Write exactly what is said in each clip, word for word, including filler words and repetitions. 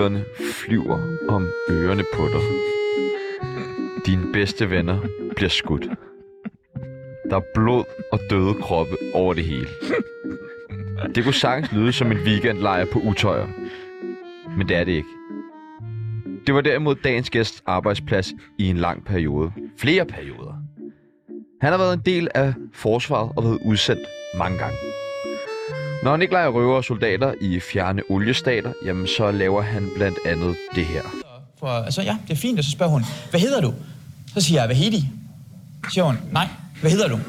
kuglerne flyver om ørerne på dig. Dine bedste venner bliver skudt. Der er blod og døde kroppe over det hele. Det kunne sagtens lyde som en weekendlejr på Utøjer. Men det er det ikke. Det var derimod dagens gæsts arbejdsplads i en lang periode. Flere perioder. Han har været en del af forsvaret og været udsendt mange gange. Når han ikke leger røver og soldater i fjerne oliestater, jamen så laver han blandt andet det her. For, altså ja, det er fint, og så spørger hun, hvad hedder du? Så siger jeg, hvad hedder de? Så siger hun, nej, hvad hedder du?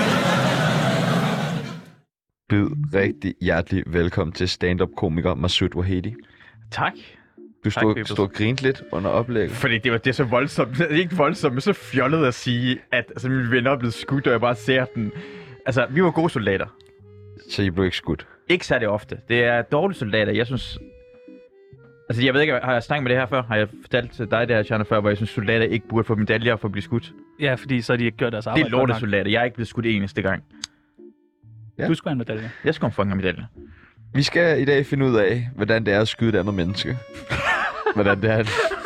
Byd rigtig hjertelig velkommen til stand-up-komiker Masoud Vahedi. Tak. Du stod, stod og grinte lidt under oplægget. Fordi det var det er så voldsomt, det er ikke voldsomt, men så fjollet at sige, at altså, mine venner er blevet skudt, og jeg bare ser den. Altså, vi var gode soldater. Så I blev ikke skudt? Ikke særlig ofte. Det er dårlige soldater. Jeg synes... Altså, jeg ved ikke, har jeg snakket med det her før? Har jeg fortalt til dig, der Tjerno, før, hvor jeg synes, soldater ikke burde få medaljer for at blive skudt? Ja, fordi så har de ikke gjort deres arbejde. Det er lortet soldater. Jeg er ikke blevet skudt eneste gang. Ja. Du skal have en medalje. Jeg skal få en medalje. Vi skal i dag finde ud af, hvordan det er at skyde et andet menneske. Hvordan det er.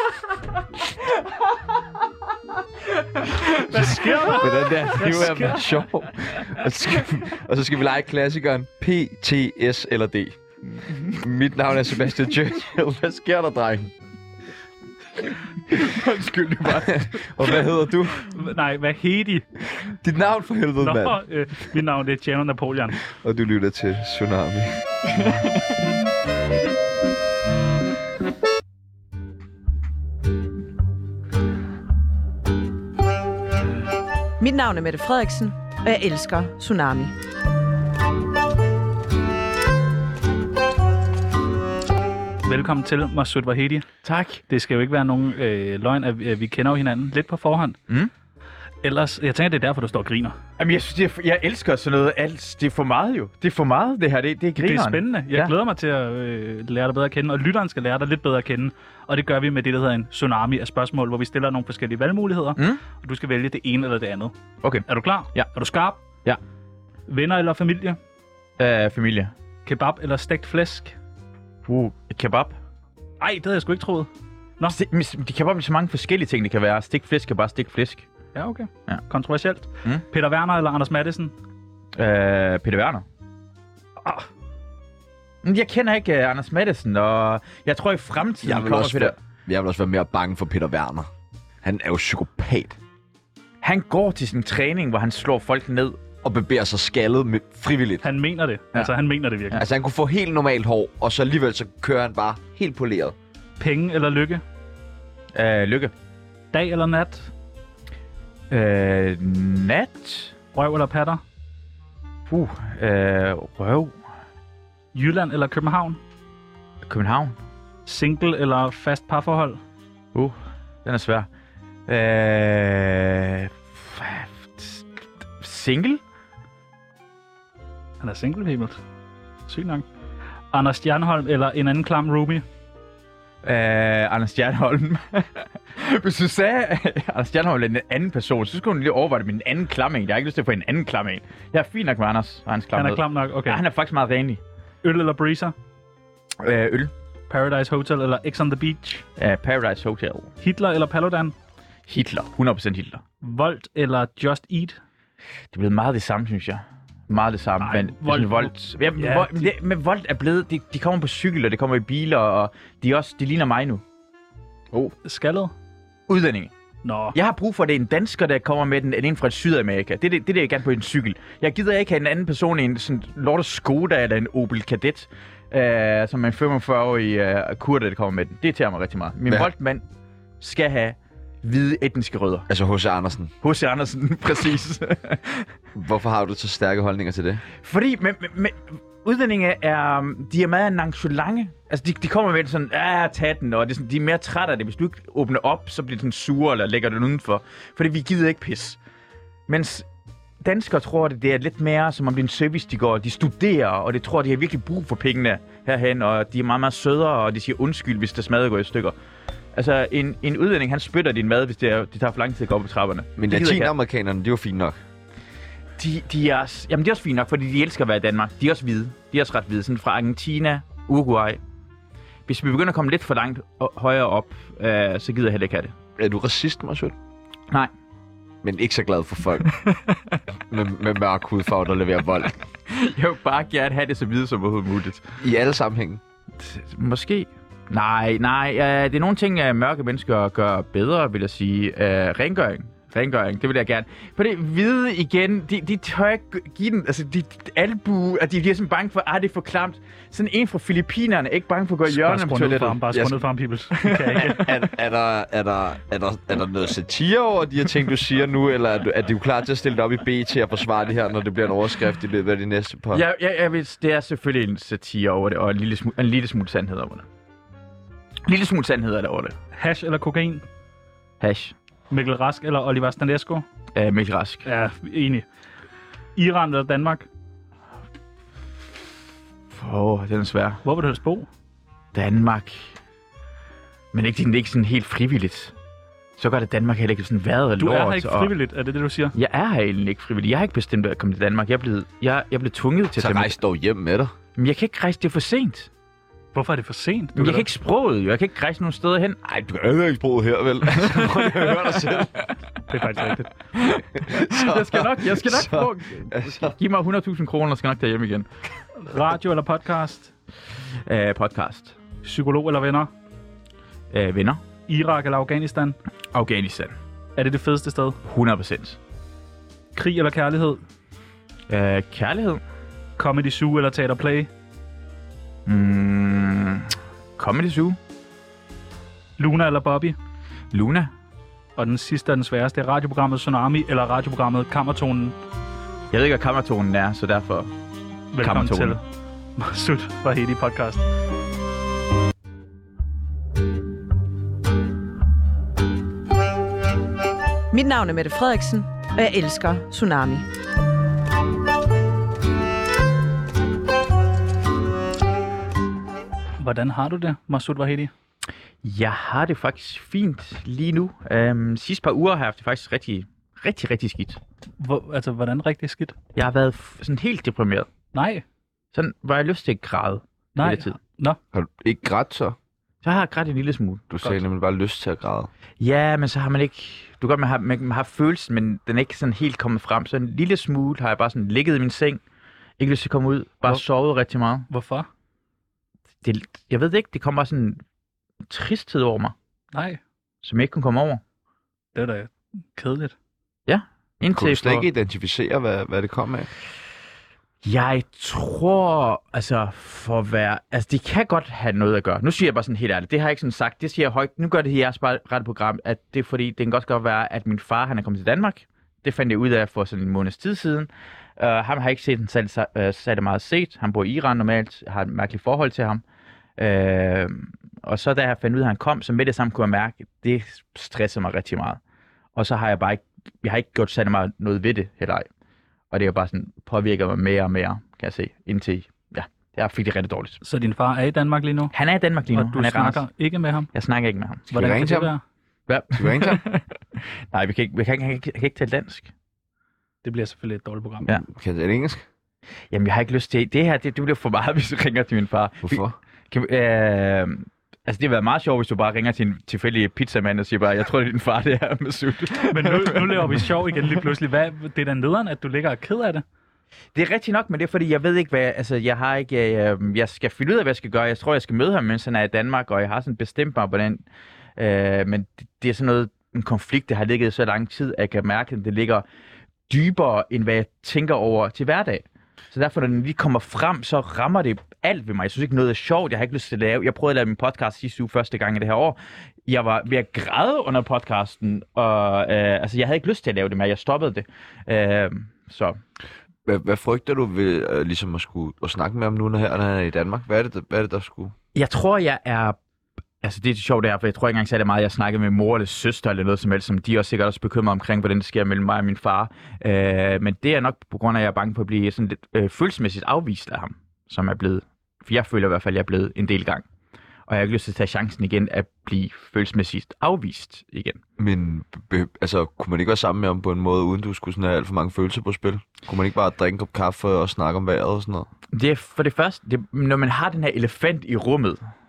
Hvad sker der? Hvordan det er. Det er jo være sjov. Og så, skal, og så skal vi lege klassikeren P, T, S eller D. Mit navn er Sebastian Churchill. Hvad sker der, dreng? Undskyld, det bare. Og hvad hedder du? Nej, hvad hedder de? Dit navn for helvede, Nå, mand. Øh, mit navn er Tjerno Napoleon. Og du lytter til Tsunami. Mit navn er Mette Frederiksen, og jeg elsker Tsunami. Velkommen til Masoud Vahedi. Tak. Det skal jo ikke være nogen øh, løgn, at vi, at vi kender jo hinanden lidt på forhånd. Mm. Ellers, jeg tænker, det er derfor, du står og griner. Jamen, jeg, synes, det er, for- jeg elsker sådan noget alt. Det er for meget jo. Det er for meget, det her. Det, det er grineren. Det er spændende. Jeg Ja. glæder mig til at øh, lære dig bedre at kende, og lytteren skal lære dig lidt bedre at kende. Og det gør vi med det, der hedder en tsunami af spørgsmål, hvor vi stiller nogle forskellige valgmuligheder, Mm. og du skal vælge det ene eller det andet. Okay. Er du klar? Ja. Er du skarp? Ja. Venner eller familie? Uh, familie. Kebab eller stegt flæsk? Uh, kebab. Ej, det havde jeg sgu ikke troet. Nå. Sti- de kebab er så mange forskellige ting, det kan være. Stik flæsk er bare stik flæsk. Ja, okay. Ja. Kontroversielt. Mm. Peter Werner eller Anders Matthesen? Uh, Peter Werner. Ah. Men Jeg kender ikke uh, Anders Matthesen, og jeg tror i fremtiden Jeg vil, kommer også Peter... være, jeg vil også være mere bange for Peter Werner. Han er jo psykopat. Han går til sin træning, hvor han slår folk ned. Og bevæger sig skaldet med frivilligt. Han mener det. Ja. Altså, han mener det virkelig. Altså, han kunne få helt normalt hår, og så alligevel så kører han bare helt poleret. Penge eller lykke? Uh, lykke. Dag eller nat? Uh, nat. Røv eller patter? Uh, uh, røv. Jylland eller København? København. Single eller fast parforhold? Uh, den er svær. Uh, single? Han er single, Hemelt. Sygt nok. Anders Stjernholm eller en anden klam roomie? Uh, Anders Stjernholm. Hvis du sagde, at Anders Stjernholm er en anden person, så skulle du lige overveje det med en anden klam en. Jeg har ikke lyst til at få en anden klam en. Jeg er fint nok med Anders og hans klam. Han er klam nok, okay. Ja, han er faktisk meget renlig. Øl eller breezer? Uh, øl. Paradise Hotel eller X on the Beach? Uh, Paradise Hotel. Hitler eller Paludan? Hitler. hundrede procent Hitler. Volt eller Just Eat? Det er blevet meget det samme, synes jeg. Meget det samme, Nej, men Volt- Volt, Volt. Ja, Ja, Volt, de- det, men Volt er blevet, de, de kommer på cykel, og det kommer i biler, og de, er også, de ligner mig nu. Oh. Skaldet? Udlændinge. Nå. Jeg har brug for, at det er en dansker, der kommer med den, end en fra Sydamerika. Det er det, det, det, jeg gerne på en cykel. Jeg gider ikke have en anden person i en sådan lortet Skoda eller en Opel Kadett, øh, som en femogfyrre-årig øh, kurder, der kommer med den. Det tager mig rigtig meget. Min Ja. Volt-mand skal have hvide etniske rødder. Altså H C Andersen. H C Andersen, præcis. Hvorfor har du så stærke holdninger til det? Fordi med, med, med, udlændinge er, de er meget nonchalante. Altså, de, de kommer med sådan, ah, tag den, og det er sådan, de er mere trætte af det. Hvis du ikke åbner op, så bliver den sure, eller lægger den udenfor. Fordi vi gider ikke pis. Mens danskere tror, det, det er lidt mere, som om det er en service, de går. De studerer, og det tror, de har virkelig brug for pengene herhen, og de er meget, meget sødere, og de siger undskyld, hvis det smadrer går i stykker. Altså, en, en udlænding, han spytter din mad, hvis det, er, det tager for lang tid at gå op ad trapperne. Men Det gider jeg ikke have. latinamerikanerne, de var fint nok. De, de, er, jamen, de er også fine nok, fordi de elsker at være i Danmark. De er også hvide. De er også ret hvide. Sådan fra Argentina, Uruguay. hvis vi begynder at komme lidt for langt og højere op, øh, så gider jeg heller ikke have det. Er du racist, Masud? Nej. Men ikke så glad for folk med, med mørk hudfarve, der leverer vold. Jeg vil bare gerne have det så videre som overhovedet muligt. I alle sammenhænge? Måske. Nej, nej. Øh, det er nogle ting, at mørke mennesker gør bedre, vil jeg sige. Øh, rengøring. Rengøring, det vil jeg gerne. For det hvide igen, de, de tør ikke give den, altså de albu, at de bliver sådan bange for, at det er for klamt. Sådan en fra Filippinerne, ikke bange for at gå i hjørnet på toilettet. Bare skru ned for ham, peoples. Kan ikke. er, er, der, er, der, er, der, er der noget satire over de her ting, du siger nu, eller er du, er du klar til at stille dig op i B T og forsvare det her, når det bliver en overskrift i løbet af de næste par? Ja, ja, jeg ved, det er selvfølgelig en satire over det, og en lille, smu- en lille smule sandhed over det. En lille smule sandhed er der over det. Hash eller kokain? Hash. Mikkel Rask eller Oliver Stanesco? Uh, Mikkel Rask. Ja, enig. Iran eller Danmark? Åh, oh, den er svær. Hvor vil du helst bo? Danmark. Men ikke, det er ikke sådan helt frivilligt. Så gør det Danmark heller ikke sådan været Du lort. er her ikke frivilligt, er det det, du siger? Jeg er her egentlig ikke frivilligt. Jeg har ikke bestemt at komme til Danmark. Jeg er blevet, jeg, jeg er blevet tvunget til Så at tage rejs dog hjem med dig. Men jeg kan ikke rejse, det er for sent. Hvorfor er det for sent? Du Men jeg da- kan ikke sproget, jo. Jeg kan ikke rejse nogen steder hen. Ej, du kan jo ikke bruge her, vel? Prøv lige at høre dig selv. Det er faktisk rigtigt. Så, jeg skal nok, jeg skal nok så- få. Altså. Giv mig hundrede tusind kroner, og skal nok tage hjem igen. Radio eller podcast? Uh, podcast. Psykolog eller venner? Uh, venner. Irak eller Afghanistan? Afghanistan. Er det det fedeste sted? hundrede procent. Krig eller kærlighed? Uh, kærlighed. Comedy Zoo eller Teater Play? Mm, Comedy Zoo. Luna eller Bobby? Luna. Og den sidste er den sværeste. Radioprogrammet Tsunami eller radioprogrammet Kammertonen? Jeg ved ikke, hvad kammertonen er, så derfor... Velkommen Kammertonen. til Masud Vahedi podcast. Mit navn er Mette Frederiksen, og jeg elsker Tsunami. Hvordan har du det, Masud Vahedi? Jeg har det faktisk fint lige nu. Um, sidste par uger har jeg haft det faktisk rigtig, rigtig, rigtig skidt. Hvor, altså, hvordan rigtig skidt? Jeg har været f- sådan helt deprimeret. Nej. Sådan var jeg lyst til at græde Nej. hele tiden. Nå. Har du ikke grædt så? Så har jeg grædt en lille smule. Du sagde nemlig bare lyst til at græde. Ja, men så har man ikke... Du kan godt, man har, man, man har følelsen, men den er ikke sådan helt kommet frem. Så en lille smule har jeg bare sådan ligget i min seng. Ikke lyst til at komme ud. Bare Hvor- sovet rigtig meget. Hvorfor? Det, jeg ved det ikke. Det kommer bare sådan en tristhed over mig, Nej. som jeg ikke kunne komme over. Det er da kedeligt. Indtil Kunne du slet for- ikke identificere, hvad, hvad det kom af? Jeg tror, altså for at være... Altså, det kan godt have noget at gøre. Nu siger jeg bare sådan helt ærligt. Det har jeg ikke sådan sagt. Det siger jeg højt. Nu gør det her jeres bare rette program, at det er fordi, det kan godt godt være, at min far, han er kommet til Danmark. Det fandt jeg ud af for sådan en måneds tid siden. Uh, ham har jeg ikke set den særlig, uh, særlig meget set. Han bor i Iran normalt. Jeg har et mærkeligt forhold til ham. Uh, og så da jeg fandt ud af, at han kom, så med det samme kunne jeg mærke, at det stresser mig rigtig meget. Og så har jeg bare ikke... Jeg har ikke gjort særlig meget noget ved det heller ej. Og det er jo bare sådan, påvirker mig mere og mere, kan jeg se, indtil, ja, jeg fik det rigtig dårligt. Så din far er i Danmark lige nu? Han er i Danmark lige nu, Og du han er i snakker Randers. ikke med ham? Jeg snakker ikke med ham. Skal Hvordan vi kan ringe til det ham? Hvad? være? Skal vi ringe til ham? Nej, vi kan ikke, vi kan ikke, jeg kan ikke tale dansk. Det bliver selvfølgelig et dårligt program. Ja. Kan det engelsk? Jamen, jeg har ikke lyst til, det her, det, det bliver for meget, hvis du ringer til min far. Hvorfor? Kan, vi- øh, altså, det har været meget sjovt, hvis du bare ringer til en tilfældig pizzamand og siger bare, jeg tror, det er din far, det her med sult. Men nu, nu laver vi sjov igen lige pludselig. Hvad, det er da nederen, at du ligger og er ked af det. Det er rigtigt nok, men det er fordi, jeg ved ikke, hvad... Altså, jeg har ikke... Øh, jeg skal finde ud af, hvad jeg skal gøre. Jeg tror, jeg skal møde ham, mens han er i Danmark, og jeg har sådan bestemt mig på den. Øh, men det, det er sådan noget... En konflikt, der har ligget i så lang tid, at jeg kan mærke, at det ligger dybere, end hvad jeg tænker over til hverdag. Så derfor, når den lige kommer frem, så rammer det alt ved mig. Jeg synes ikke, noget er sjovt. Jeg har ikke lyst til at lave... Jeg prøvede at lave min podcast sidste uge første gang i det her år. Jeg var ved at græde under podcasten, og øh, altså, jeg havde ikke lyst til at lave det mere. Jeg stoppede det. Øh, så... Hvad, hvad frygter du ved uh, ligesom at, skulle, at snakke med ham nu, når her, når han er i Danmark? Hvad er det, der, hvad er det, der skulle... Jeg tror, jeg er... Altså, det er sjovt der, for jeg tror ikke engang særlig meget, jeg snakkede med mor eller søster eller noget som helst, som de er også sikkert også bekymret omkring, hvordan det sker mellem mig og min far. Øh, men det er nok på grund af, at jeg er bange for at blive sådan lidt øh, følelsesmæssigt afvist af ham, som er blevet... For jeg føler i hvert fald, at jeg er blevet en del gang. Og jeg har ikke lyst til at tage chancen igen at blive følelsesmæssigt afvist igen. Men be, altså, kunne man ikke være sammen med ham på en måde, uden du skulle sådan have alt for mange følelser på spil? Kunne man ikke bare drikke en kop kaffe og snakke om vejret og sådan noget? Det er for det første, det, når man har den her elefant i rummet,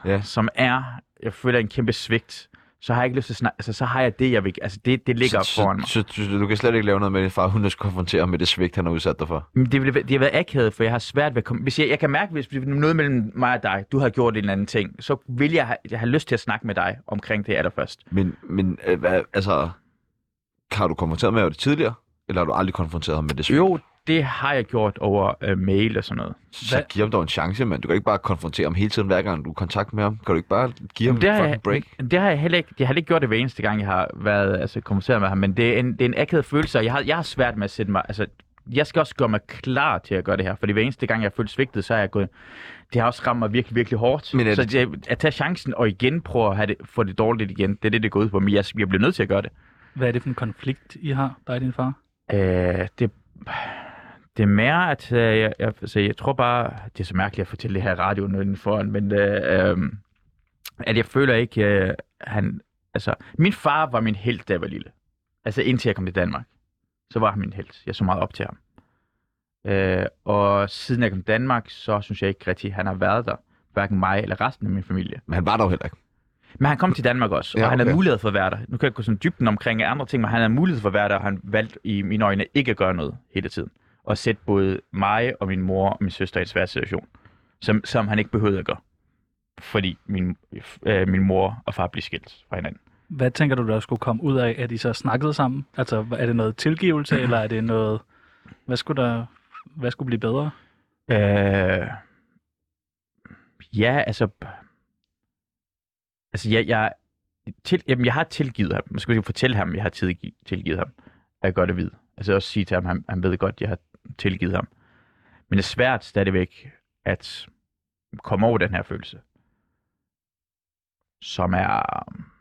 Ja. som er, jeg føler, en kæmpe svigt, så har jeg ikke lyst til at snakke, altså så har jeg det, jeg vil, altså det, det ligger så, foran mig. Så, så, så du kan slet ikke lave noget med din far, hun skal konfrontere ham med det svigt, han har udsat dig for? Men det, vil, det har været akavet, for jeg har svært ved at komme... Hvis jeg, jeg kan mærke, hvis det er noget mellem mig og dig, du har gjort en eller anden ting, så vil jeg have, jeg har lyst til at snakke med dig omkring det allerførst. Men, men øh, hvad, altså, har du konfronteret med det tidligere, eller har du aldrig konfronteret ham med det svigt? Jo, det har jeg gjort over øh, mail og sådan noget. Så giv ham dog en chance, mand. Du kan ikke bare konfrontere ham hele tiden, hver gang du er i kontakt med ham. Kan du ikke bare give ham det en har fucking break? Jeg, det har jeg heller ikke, jeg har heller ikke gjort det hver eneste gang, jeg har været altså, konfronteret med ham, men det er en, det er en akavet følelse, og jeg har, jeg har svært med at sætte mig... Altså, jeg skal også gøre mig klar til at gøre det her, fordi hver eneste gang, jeg har følt svigtet, så er jeg gået... Det har også ramt mig virkelig, virkelig hårdt. Men så det... jeg, at tage chancen og igen prøve at have det, få det dårligt igen, det er det, det går ud på, men jeg, jeg bliver nødt til at gøre det. Hvad er det for en konflikt, I har, dig og din far? Øh, det... Det er mere, at øh, jeg, jeg, altså, jeg tror bare, det er så mærkeligt at fortælle det her i radioen foran, men øh, øh, at jeg føler ikke, øh, han, altså, min far var min helt, da jeg var lille. Altså indtil jeg kom til Danmark, så var han min helt. Jeg så meget op til ham. Øh, og siden jeg kom til Danmark, så synes jeg ikke rigtig, han har været der. Hverken mig eller resten af min familie. Men han var der jo heller ikke. Men han kom til Danmark også, og ja, okay. han havde mulighed for at være der. Nu kan jeg gå sådan dybden omkring andre ting, men han havde mulighed for at være der, og han valgte i mine øjne ikke at gøre noget hele tiden. Og sætte både mig og min mor og min søster i en svær situation, som, som han ikke behøvede at gøre. Fordi min, øh, min mor og far blev skilt fra hinanden. Hvad tænker du, der skulle komme ud af, at I så snakkede sammen? Altså, er det noget tilgivelse, eller er det noget... Hvad skulle der... Hvad skulle blive bedre? Øh... Ja, altså... Altså, jeg, jeg, til, jamen, jeg har tilgivet ham. Man skal jo fortælle ham, at jeg har tilgivet, tilgivet ham. At jeg gør det vid. Altså også sige til ham, han, han ved godt, at jeg har tilgivet ham. Men det er svært stadigvæk at komme over den her følelse. Som er...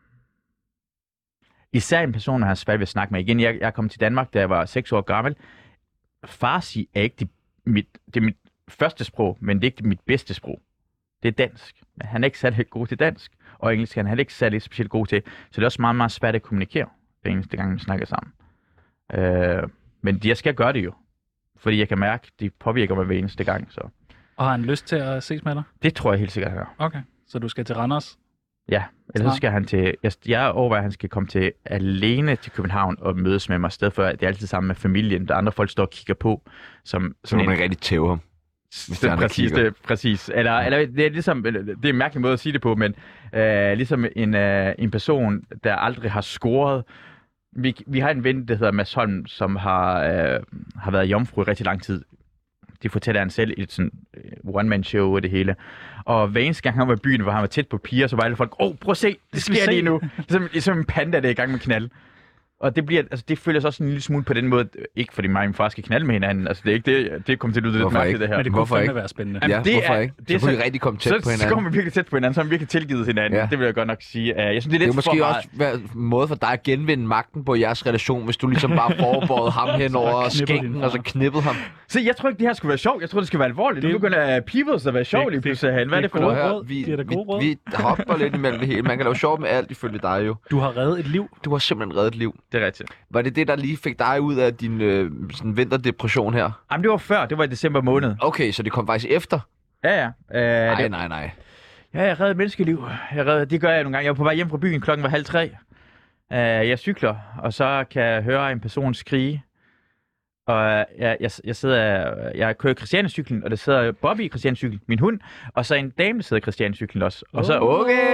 Især en person, der har svært ved at snakke med. Igen, jeg, jeg kom til Danmark, da jeg var seks år gammel. Farsi er ikke det, mit, det er mit første sprog, men det er ikke mit bedste sprog. Det er dansk. Men han er ikke særlig god til dansk. Og engelsk er han heller ikke særlig specielt god til. Så det er også meget, meget svært at kommunikere, hver eneste gang, vi snakker sammen. Øh, men jeg skal gøre det jo. Fordi jeg kan mærke, at de påvirker mig hver eneste gang. Så. Og har han lyst til at ses med dig? Det tror jeg helt sikkert, han har. Okay, så du skal til Randers? Ja, ellers så skal han til... Jeg, jeg overvejer, at han skal komme til alene til København og mødes med mig, i stedet for, at det er altid sammen med familien. Der andre folk står og kigger på. Som, så må man en... rigtig tæve ham. Hvis det er præcis, det, præcis. Eller, eller det er ligesom, det er en mærkelig måde at sige det på, men øh, ligesom en, øh, en person, der aldrig har scoret. Vi, vi har en ven, der hedder Mads Holm, som har, øh, har været jomfru i rigtig lang tid. De fortæller han selv i et sådan uh, one-man-show og det hele. Og hver eneste gang han var i byen, hvor han var tæt på piger, så var alle folk, åh, oh, prøv at se, det, det sker lige nu. Ligesom, ligesom en panda, der er i gang med knald. Og det bliver, altså det føles også en lille smule på den måde, ikke fordi mig og min far skal knalde med hinanden, altså det er ikke det, det kommer til at lyde lidt mærkeligt det her. Men det kunne fandme være spændende. Ja, det hvorfor er, ikke? Det så kunne vi rigtig komme tæt så, på hinanden. Så kommer vi virkelig tæt på hinanden, så har vi virkelig tilgivet hinanden, ja. Det vil jeg godt nok sige. Uh, jeg synes, det er lidt det er måske for også være en måde for dig at genvinde magten på jeres relation, hvis du ligesom bare forbøjede ham hen over skænken, og så knippede ham. Så jeg tror ikke, det her skulle være sjovt. Jeg tror, det skulle være alvorligt. Det... Nu begynder people at være sjovt lige pludselig herhen. Hvad er det for noget? Vi, vi, vi hopper lidt imellem det hele. Man kan lave sjov med alt ifølge dig jo. Du har reddet et liv. Du har simpelthen reddet et liv. Det er rigtigt. Var det det, der lige fik dig ud af din øh, sådan vinterdepression her? Jamen, det var før. Det var i december måned. Okay, så det kom faktisk efter? Ja, ja. Øh, nej, det... nej, nej. Ja, jeg redder menneskeliv. Jeg redder... Det gør jeg nogle gange. Jeg var på vej hjem fra byen, klokken var halv tre. Uh, jeg cykler, og så kan jeg høre en person skrige. Og jeg, jeg, jeg sidder... Jeg kører Christiane-cyklen, og der sidder Bobby i Christiane-cyklen, min hund. Og så en dame, der sidder i Christiane-cyklen også. Og så...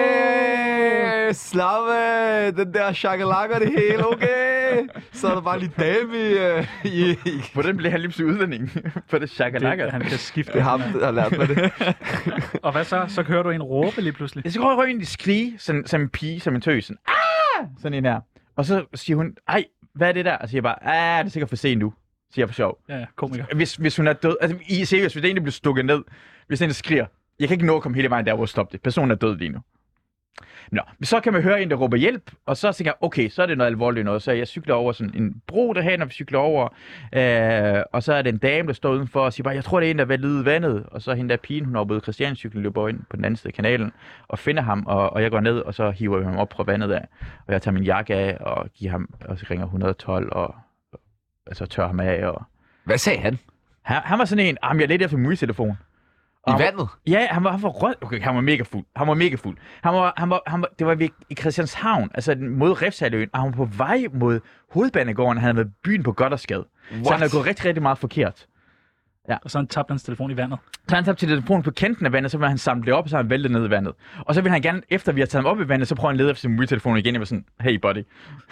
Okay! Slap af! Den der chakalakker det hele, okay? Så er der bare lige dame i... i... Hvordan blev han lige pludselig udlænding? For det chakalakker. Han kan skifte. Det er ham, der har lært mig det. Og hvad så? Så hører du en råbe lige pludselig? Jeg så hører jeg en skrige, sådan, som en pige, som en tøs. Sådan, ah! Sådan en her. Og så siger hun, ej, hvad er det der? Og siger jeg bare, ah, det er sikkert for sent nu. Siger jeg for sjov. Ja, komiker. Hvis, hvis hun er død, altså i seriøst, hvis det egentlig bliver stukket ned, hvis den skriger, jeg kan ikke nå at komme hele vejen der, hvor jeg stoppe det. Personen er død lige nu. Nå, så kan man høre en, der råber hjælp, og så tænker jeg, okay, så er det noget alvorligt noget. Så jeg cykler over sådan en bro derhen, og vi cykler over, øh, og så er det en dame, der står udenfor og siger bare, jeg tror, det er en, der vil lyde vandet. Og så hende der pigen, hun er oppe ude i Christianscyklen, løber ind på den anden side af kanalen, og finder ham, og, og jeg går ned, og så hiver jeg ham op fra vandet af. Og jeg tager min jakke af, og giver ham, og så ringer et et to, og, og altså tør ham af. Og... Hvad sagde han? Han, han var sådan en, ah, jeg er lidt efter min mobiltelefon. I vandet? Ja, han var, han var rød. Okay, han var mega fuld. Han var mega fuld. Han var, han var, han var, det var ved, i Christianshavn, altså mod Refshaløen, og han var på vej mod Hovedbanegården. Han havde været i byen på Goddersgade. Så han havde gået rigtig, rigtig meget forkert. Ja. Og så han tabte hans telefon i vandet. Så han tabte telefonen på kanten af vandet, så ville han samle det op, og så han væltet ned i vandet. Og så ville han gerne, efter vi har taget ham op i vandet, så prøver han at lede efter sin mobiltelefon igen. Jeg var sådan, hey buddy.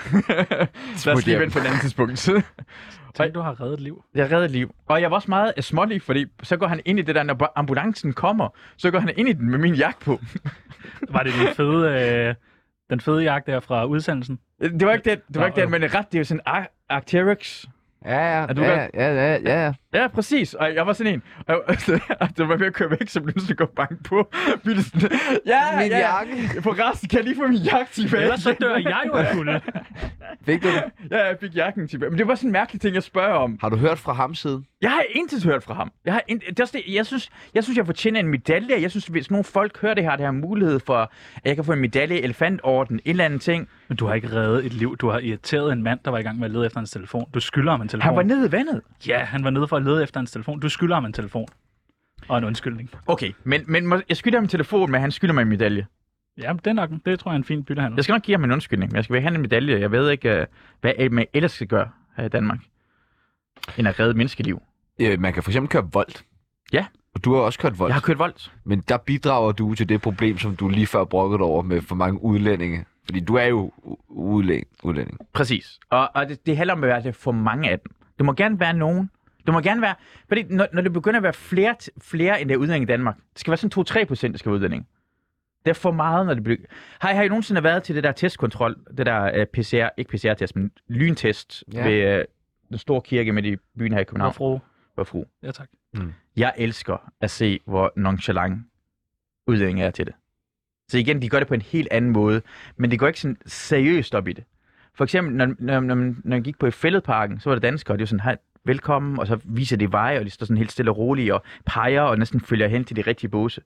Lad os lige vente på et andet tidspunkt. Tænk, du har reddet liv. Jeg reddede liv. Og jeg var også meget smålig, fordi så går han ind i det der, når ambulancen kommer, så går han ind i den med min jakke på. Var det den fede, øh, den fede jakke der fra udsendelsen? Det var ikke det, det var ikke det, men ret, det er jo sådan Ar- Arcteryx. Ja, ja, du ja, godt? ja, ja, ja, ja. Ja, præcis. Og jeg var sådan en, og det var ved at køre væk, så pludselig går bank på. Sådan, ja, Min ja, jakke. På resten kan jeg lige få min jakke tilbage. Ellers så dør jeg jo af kulde. Fik du det? Ja, jeg fik jakken tilbage. Men det var sådan en mærkelig ting, jeg spørger om. Har du hørt fra ham siden? Jeg har intet hørt fra ham. Jeg, har in- det er også det, jeg, synes, jeg synes, jeg fortjener en medalje. Jeg synes, hvis nogle folk hører det her, det har mulighed for, at jeg kan få en medalje, elefantorden, en eller anden ting. Men du har ikke reddet et liv. Du har irriteret en mand, der var i gang med at lede efter hans telefon. Du skylder ham en telefon. Han var nede i vandet. Ja, han var nede for at lede efter hans telefon. Du skylder ham en telefon. Og en undskyldning. Okay, men, men må- jeg skylder ham en telefon, men han skylder mig en medalje. Ja, det er nok. Det tror jeg er en fin byttehandel. Jeg skal nok give ham en undskyldning, men jeg skal have en medalje. Jeg ved ikke, hvad man ellers skal gøre her i Danmark, end at redde menneskeliv. Ja, man kan for eksempel køre Volt. Ja. Og du har også kørt Volt. Jeg har kørt Volt. Men der bidrager du til det problem, som du lige før brokkede over med for mange udlændinge. Fordi du er jo udlænding. udlænding. Præcis. Og, og det, det handler om at være det for mange af dem. Det må gerne være nogen. Det må gerne være, fordi når, når det begynder at være flere, flere end det er udlænding i Danmark, det skal være sådan to til tre procent, der skal være udlænding. Det er for meget, når det bliver... Har, har I nogensinde været til det der testkontrol, det der uh, P C R, ikke P C R-test, men lyntest Ja. ved uh, den store kirke midt i byen her i København? Hvorfru? Hvor fru. Ja, tak. Mm. Jeg elsker at se, hvor nonchalant udlændinge er til det. Så igen, de gør det på en helt anden måde, men det går ikke sådan seriøst op i det. For eksempel, når, når, når, når jeg gik på i Fælledparken, så var det danskere, og de var sådan, hej, velkommen, og så viser de veje, og de står sådan helt stille og rolige, og peger, og næsten følger hen til de rigtige båse.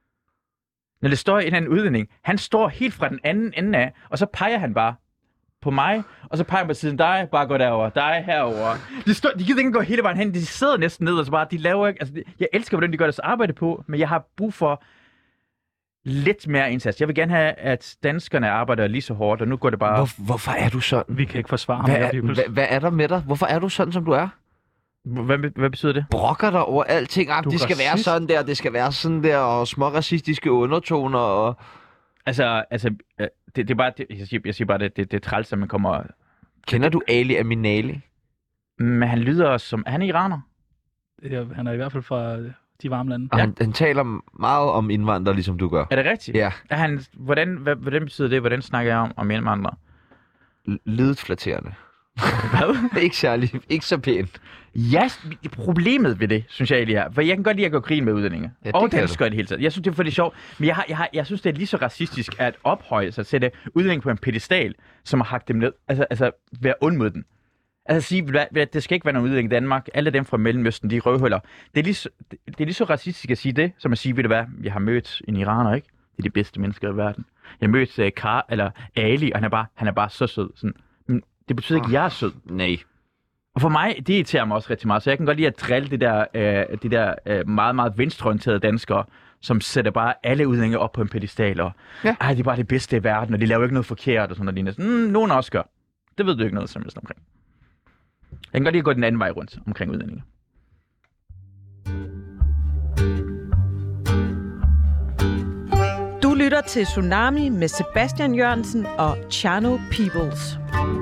Når det står en eller anden udlænding, han står helt fra den anden ende af, og så peger han bare på mig, og så peger han på siden, dig, bare gå derover, dig herover. De, står, de gider ikke gå hele vejen hen, de sidder næsten ned, og så bare, de laver ikke, altså, jeg elsker, hvordan de gør deres arbejde på, men jeg har brug for lidt mere indsats. Jeg vil gerne have, at danskerne arbejder lige så hårdt, og nu går det bare... Hvor, hvorfor er du sådan? Vi kan ikke forsvare ham. Hvad mere, er, Pibels. hvad, hvad er der med dig? Hvorfor er du sådan, som du er? Hvad, hvad betyder det? Brokker dig over alting. Ah, Du er det skal være racist. sådan der, det skal være sådan der, og små racistiske undertoner, og... Altså, altså øh, det, det er bare, det, jeg, siger, jeg siger bare, det, det, det er træls, at man kommer... Kender du Ali Aminali? Men han lyder som... Er han iraner? Ja, han er i hvert fald fra de varme lande. Og Ja. han, han taler meget om indvandrere, ligesom du gør. Er det rigtigt? Ja, Er han, hvordan, hvad, hvordan betyder det? Hvordan snakker jeg om, om andre? l- lidet flatterende. Hvad? ikke særlig, ikke så pænt. Ja, problemet ved det, synes jeg egentlig er, for jeg kan godt lide at gå grin med udlændinge. Ja, det og kan danskere i det hele taget. Jeg synes, det er for det sjovt. Men jeg, har, jeg, har, jeg synes, det er lige så racistisk at ophøje sig, at sætte udlændinge på en pedestal, som har hakket dem ned. Altså, altså være ond mod den. Altså sige, hvad, hvad, det skal ikke være nogen udlænding i Danmark. Alle dem fra Mellemøsten, de er røvhuller. Det er, lige så, det, det er lige så racistisk at sige det, som at sige, ved du hvad, jeg har mødt en iraner, ikke? Det er de bedste mennesker i verden. Jeg har mødt uh, Kar, eller Ali, og han er bare, han er bare så sød. Sådan. Men det betyder ikke, at jeg er sød. Nej. Og for mig, det irriterer mig også rigtig meget, så jeg kan godt lide at drille de der, øh, de der øh, meget, meget venstreorienterede danskere, som sætter bare alle udlændinge op på en pedestal, og Ja. ej, de er bare det bedste i verden, og de laver ikke noget forkert, og sådan noget lignende. Mm, nogen også gør. Det ved du ikke noget som helst omkring. Jeg kan godt lide at gå den anden vej rundt omkring udlændinge. Du lytter til Tsunami med Sebastian Jørgensen og Chano Peoples.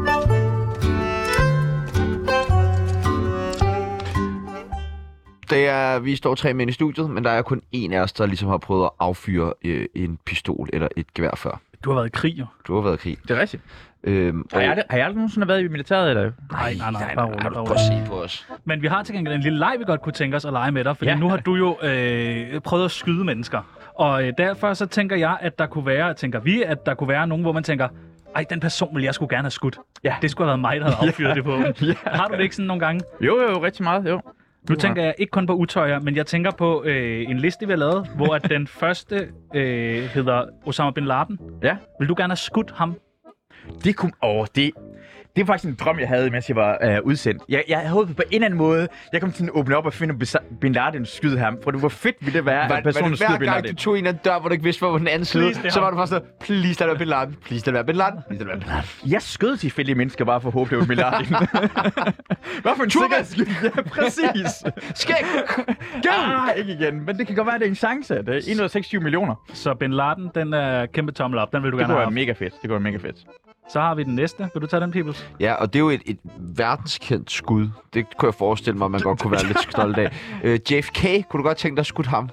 Det er, vi står tre mænd i studiet, men der er kun en af os, der ligesom har prøvet at affyre øh, en pistol eller et gevær før. Du har været i krig, jo. Du har været i krig. Det er rigtigt. Øhm, Har jeg, aldrig- har jeg aldrig nogensinde været i militæret, eller? Nej, nej, nej. Bare nej, rolig, nej, bare prøv rolig. at se på os. Men vi har til gengæld en lille leg, vi godt kunne tænke os at lege med dig, fordi Ja. nu har du jo øh, prøvet at skyde mennesker. Og øh, derfor så tænker jeg, at der kunne være, tænker vi, at der kunne være nogen, hvor man tænker, ej, den person ville jeg skulle gerne have skudt. Ja. Det skulle have været mig, der havde affyret det på. Ja. Har du det ikke sådan nogle gange? Jo, jo, rigtig meget, jo. Nu tænker jeg ikke kun på utøjer, men jeg tænker på øh, en liste, vi har lavet, hvor at den første øh, hedder Osama Bin Laden. Ja. Vil du gerne have skudt ham? Det kunne... Åh, det... Det er faktisk en drøm, jeg havde, mens jeg var øh, udsendt. Jeg, jeg havde håbet på en eller anden måde, jeg kom til at åbne op og finde Bin Laden skyde ham. For det var fedt ville det være, Var, at personen var det skyder hver Bin gang, Laden. du tog en af dør, hvor du ikke vidste, hvor den anden side, Please, så var du faktisk sådan, please lad det være Bin Laden, please lad det være Bin Laden, please lad det være Bin Laden. Jeg skød tilfældige mennesker bare for at håbe, det var Bin Laden. Hvad for en sikkerhedsskyld? Ja, præcis. Skæg! Ah, ikke igen. Men det kan godt være, at det er en chance. Det er et hundrede og seksogtyve millioner. Så Bin Laden, den er kæmpe tommel op. Den vil du Det gerne kunne have være haft. mega fedt. Det kunne være mega fedt. Så har vi den næste. Vil du tage den, Peoples? Ja, og det er jo et, et verdenskendt skud. Det kunne jeg forestille mig, man godt kunne være lidt stolt af. Uh, J F K, kunne du godt tænke dig at skudt ham?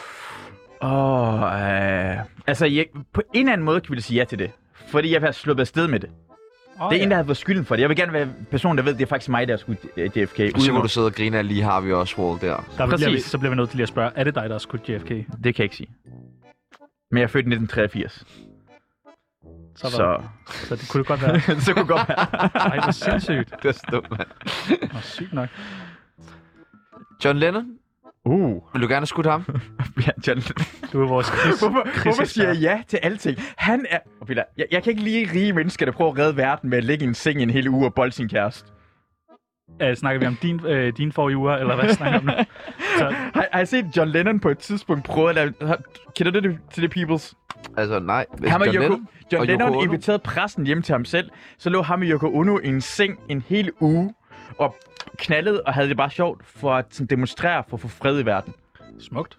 Åh, oh, øh... Altså, jeg, på en eller anden måde kan vi sige ja til det. Fordi jeg har sluppet afsted med det. Oh, Det er en, der har fået skylden for det. Jeg vil gerne være personen, der ved, at det er faktisk mig, der har skudt uh, J F K. Og så kunne du sidde og grine af lige Harvey Oswald der. Der bliver vi, Præcis. så bliver vi nødt til lige at spørge, er det dig, der har skudt J F K? Det kan jeg ikke sige. Men jeg er født i nitten treogfirs. Så, Så, så. så det kunne det godt være. så kunne godt være. Ej, hvor sindssygt. Det er stort, mand. Nå, sygt nok. John Lennon, Uh. vil du gerne have skudt ham? Ja, John. Du er vores kris. Hvorfor, hvorfor siger jeg ja til alting? Han er... Oh, Peter, jeg, jeg kan ikke lide rige mennesker, der prøver at redde verden med at ligge i en seng i en hel uge og bolde sin kæreste. Uh, snakker vi om din, øh, din forrige uger, eller hvad snakker vi om nu? Så, Har, har jeg set John Lennon på et tidspunkt prøve at lave... har- Kender du det til det, Peoples? Altså, nej. Ham og John Yoko, Lennon? John og Lennon Yoko Ono? inviterede pressen hjem til ham selv. Så lå ham og Yoko Ono i en seng en hel uge og knaldede og havde det bare sjovt for at sådan, demonstrere for at få fred i verden. smukt.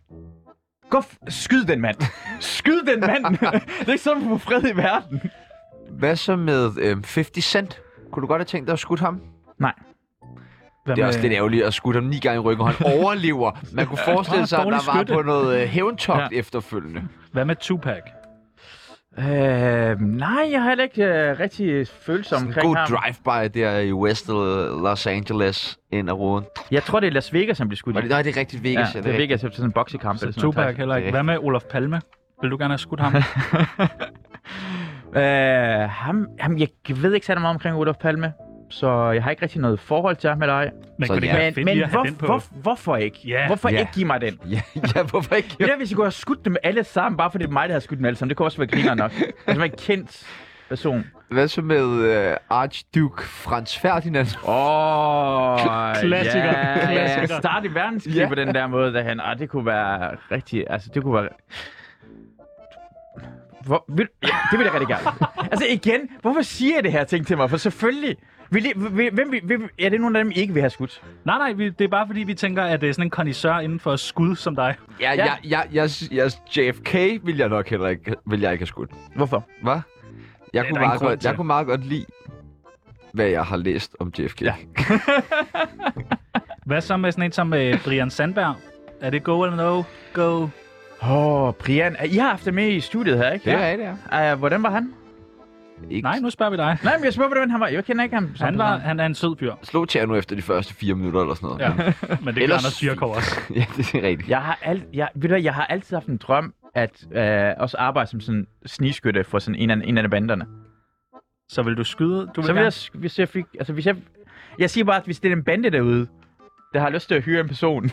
Gå f- skyd den mand! Skyd den mand! Det er ikke sådan, at få fred i verden. Hvad så med øhm, halvtreds Cent? Kunne du godt have tænkt dig at skudt ham? Nej. Hvad Det er med- også lidt ærgerligt at skudt ham ni gange i ryggen, og han overlever. Man kunne forestille sig, at Dårlig der var skytte. på noget øh, hævntogt Ja. efterfølgende. Hvad med Tupac? Øh, nej, jeg har heller ikke øh, rigtig følelse Sådan en omkring god ham. drive-by der i West Los Angeles ind ad roden. Jeg tror, det er Las Vegas, han bliver skudt Og i. det, nej, det er rigtigt Ja, Vegas. det er Vegas efter sådan en boksekamp. Så eller sådan noget. Tupac heller ikke. Det er Hvad med Olof Palme? Vil du gerne have skudt ham? Øh, ham, ham, jeg ved ikke særlig meget omkring Olof Palme, så jeg har ikke rigtig noget forhold til ham eller ej. Men Så kunne det ja. ikke være Men, fedt men lige at have hvor, den på? hvor, hvorfor ikke? Ja. Hvorfor Ja. ikke give mig den? Ja, ja, hvorfor ikke? Det er, hvis jeg kunne have skudt dem alle sammen, bare fordi det er mig, der har skudt dem alle sammen. Det kunne også være griner nok. Altså, en kendt person. Hvad så med øh, Archduke Franz Ferdinand? Åh, oh, Klassiker, ja, klassiker. ja. Start i verdenskrig Ja. på den der måde, da han... Ah, det kunne være rigtig... Altså, det kunne være... Hvor, vil, ja, det vil jeg rigtig gerne. Altså igen, hvorfor siger jeg det her ting til mig? For selvfølgelig... Vil I, vil, hvem, vil, vil, er det nogen af dem, I ikke vil have skudt? Nej, nej, vi, det er bare fordi, vi tænker, at det er sådan en kondisør inden for skud som dig. Ja, Ja. ja. Jeg, jeg, jeg, jeg, J F K vil jeg nok heller ikke, vil jeg ikke have skudt. Hvorfor? Hvad? Jeg, der kunne en meget grund godt, til. jeg kunne meget godt lide, hvad jeg har læst om J F K. Ja. Hvad så med sådan en som øh, Brian Sandberg? Er det go eller no? Go. Åh, oh, Brian. I har haft det med i studiet her, ikke? Det er det, ja. Uh, hvordan var han? Ikke. Nej, nu spørger vi dig. Nej, men jeg spørger, hvordan han var. Jeg kender ikke ham. som Han, var, person. han er en sød fyr. Slog til nu efter de første fire minutter eller sådan noget. Ja, men det gør Ellers- Anders Dyrkov også. ja det er rigtigt. Jeg har, alt, jeg, ved du, hvad, jeg har altid haft en drøm, at øh, også arbejde som sådan snigskytte for sådan en af, en af banderne. Så vil du skyde? Du vil Så vil gerne... jeg, hvis jeg fik, altså hvis jeg, jeg siger bare, at hvis det er en bande derude, der har lyst til at hyre en person.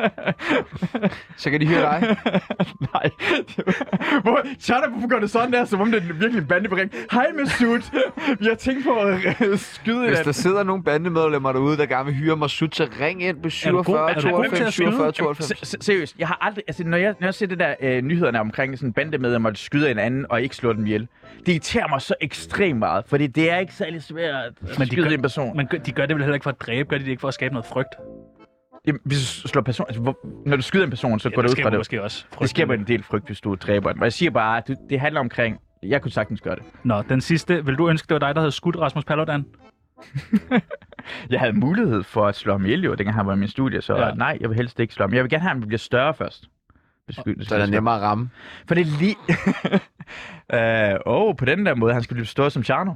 Så kan de høre dig. Nej. Hvor, Tjana, hvorfor gør det sådan der, som om det er virkelig en bandebering? Hej Masud, vi har tænkt på at øh, skyde Hvis en der sidder nogle bandemedlemmer derude, der gerne vil hyre mig sut, så ring ind på Er du god- syvogfyrre er du god til tooghalvfems at skyde? syvogfyrre tooghalvfems. Se- se- Seriøst, jeg har aldrig, altså når jeg, når jeg ser det der øh, nyhederne omkring sådan en bandemedlemmer, der skyder en anden og ikke slår dem ihjel, det irriterer mig så ekstremt meget, fordi det er ikke særlig svært at Men de skyde gør- en person. Men gør- de gør det vel heller ikke for at dræbe, gør de det ikke for at skabe noget frygt? Jamen, hvis du slår person, altså, hvor, når du skyder en person, så Ja, går det det ud fra skaber det. måske også frygt. Det skaber en del frygt, hvis du dræber den. Men jeg siger bare, at det, det handler omkring, jeg kunne sagtens gøre det. Nå, den sidste. Vil du ønske, det var dig, der havde skudt Rasmus Paludan? Jeg havde mulighed for at slå ham ihjel, jo, dengang han var i min studie, så Ja. ja. nej, jeg vil helst ikke slå ham. Jeg vil gerne have, at han bliver større først. Hvis vi- Så er det nemmere at ramme. For det er lige... Åh, uh, oh, på den der måde, han skal blive større som Tjerno.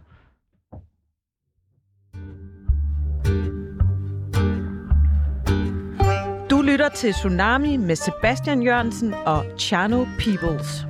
Du lytter til Tsunami med Sebastian Jørgensen og Chano Peoples.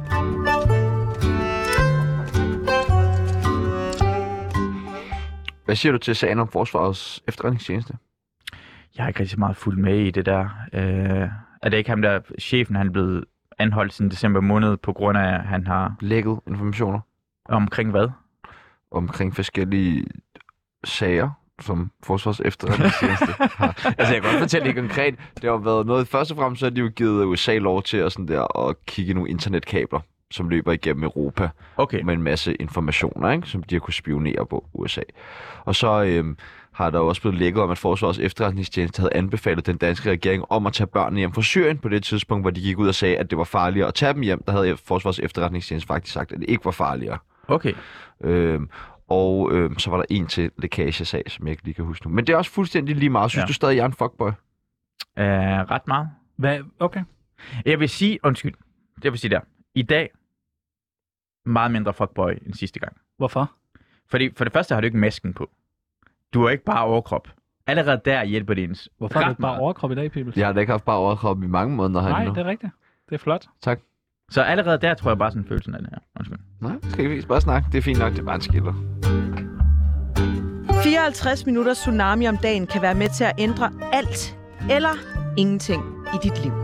Hvad siger du til sagen om Forsvarets efterretningstjeneste? Jeg har ikke rigtig så meget fulgt med i det der. Uh, er det ikke ham der, chefen, han er blevet anholdt siden december måned, på grund af, at han har Lækket informationer omkring hvad? omkring forskellige sager, som Forsvars Efterretningstjeneste har. Altså, jeg kan godt fortælle det konkret. Det har været noget... Først og fremmest så har de jo givet U S A lov til at, sådan der, at kigge nogle internetkabler, som løber igennem Europa. Okay. Med en masse informationer, ikke? Som de har kunnet spionere på U S A. Og så øhm, har der også blevet lækket om, at Forsvars Efterretningstjeneste havde anbefalet den danske regering om at tage børnene hjem fra Syrien på det tidspunkt, hvor de gik ud og sagde, at det var farligere at tage dem hjem. Der havde Forsvars Efterretningstjeneste faktisk sagt, at det ikke var farligere. Okay. Øhm, og øhm, så var der en til lækagesag, som jeg ikke lige kan huske nu. Men det er også fuldstændig lige meget. Synes ja. du stadig, jeg er en fuckboy? Uh, ret meget. Hvad? Okay. Jeg vil sige, undskyld, jeg vil sige der, i dag, meget mindre fuckboy end sidste gang. Hvorfor? Fordi for det første har du ikke masken på. Du har ikke bare overkrop. Allerede der hjælper det ens. Hvorfor har du ikke bare overkrop i dag, Pibels? Jeg har da ikke haft bare overkrop i mange måneder herinde. Nej, det er rigtigt. Det er flot. Tak. Så allerede der tror jeg bare sådan følelsen af det her. Undskyld. Nej, skal vi bare snakke. Det er fint nok, det er bare en skiller. fireoghalvtreds minutter tsunami om dagen kan være med til at ændre alt eller ingenting i dit liv.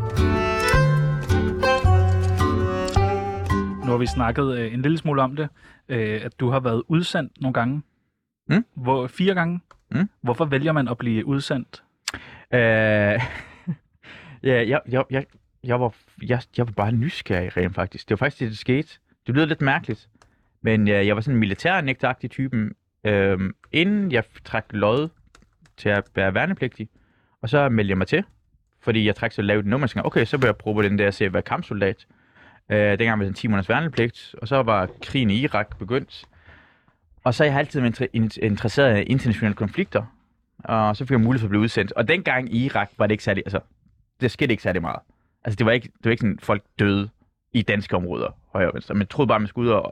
Nu har vi snakket øh, en lille smule om det, øh, at du har været udsendt nogle gange. Mm? Hvor, fire gange. Mm? Hvorfor vælger man at blive udsendt? Øh, ja, jeg, jeg, jeg, jeg, var, jeg, jeg var bare nysgerrig rent faktisk. Det var faktisk det, der skete. Det lyder lidt mærkeligt, men jeg, jeg var sådan en militærnægtagtig typen, øh, inden jeg trak lod til at være værnepligtig. Og så meldte jeg mig til, fordi jeg trak så lavt et nummer. Okay, så vil jeg prøve den der at se at være kampsoldat. Øh, dengang var det en ti måneders værnepligt, og så var krigen i Irak begyndt. Og så har jeg altid været interesseret i internationale konflikter, og så fik jeg mulighed for at blive udsendt. Og dengang i Irak var det ikke særlig, altså, det skete ikke særlig meget. Altså, det var ikke, det var ikke sådan, folk døde i danske områder, højre og venstre, men jeg troede bare, man skulle ud og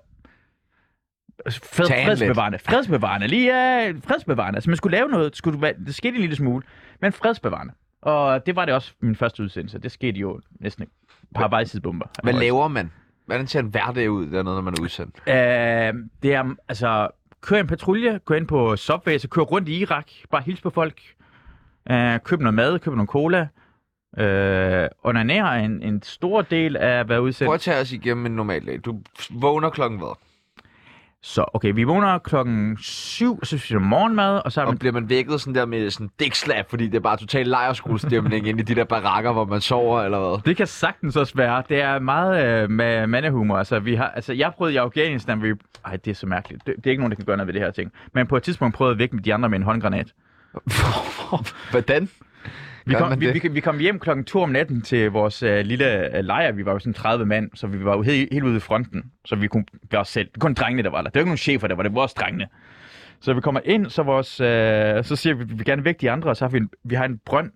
Fred, fredsbevarende, fredsbevarende, lige ja, fredsbevarende. Altså, man skulle lave noget, skulle, det skete en lille smule, men fredsbevarende. Og det var det også min første udsendelse. Det skete jo næsten et par vejsidebomber. Hvad laver man? Hvordan ser en hverdag ud dernede, når man er udsendt? Øh, det er, altså, køre en patrulje, gå ind på Subway, så køre rundt i Irak, bare hils på folk, øh, køb noget mad, køb noget cola, øh, onanere en, en stor del af at være udsendt. Prøv at tage os igennem en normal dag. Du vågner klokken hvad? Så, okay, vi vågner klokken syv, så spiser vi morgenmad, og så... Og man... bliver man vækket sådan der med sådan dækslap, fordi det er bare total lejrskolestemning inde i de der barakker, hvor man sover, eller hvad? Det kan sagtens også være. Det er meget øh, med mandehumor. Altså, vi har, altså, jeg prøvede i Afghanistan, vi... Ej, det er så mærkeligt. Det, det er ikke nogen, der kan gøre noget ved det her ting. Men på et tidspunkt prøvede jeg væk med de andre med en håndgranat. Hvordan? Vi kom, vi, vi, vi kom hjem klokken to om natten til vores uh, lille uh, lejr. Vi var jo sådan tredive mand, så vi var jo helt, helt ude i fronten. Så vi kunne gøre os selv. Det var kun drengene, der var der. Det var ikke nogen chefer, der var det. Vores drengene. Så vi kommer ind, så, vores, uh, så siger vi, vi vil gerne væk de andre. Og så har vi, en, vi har en brønd,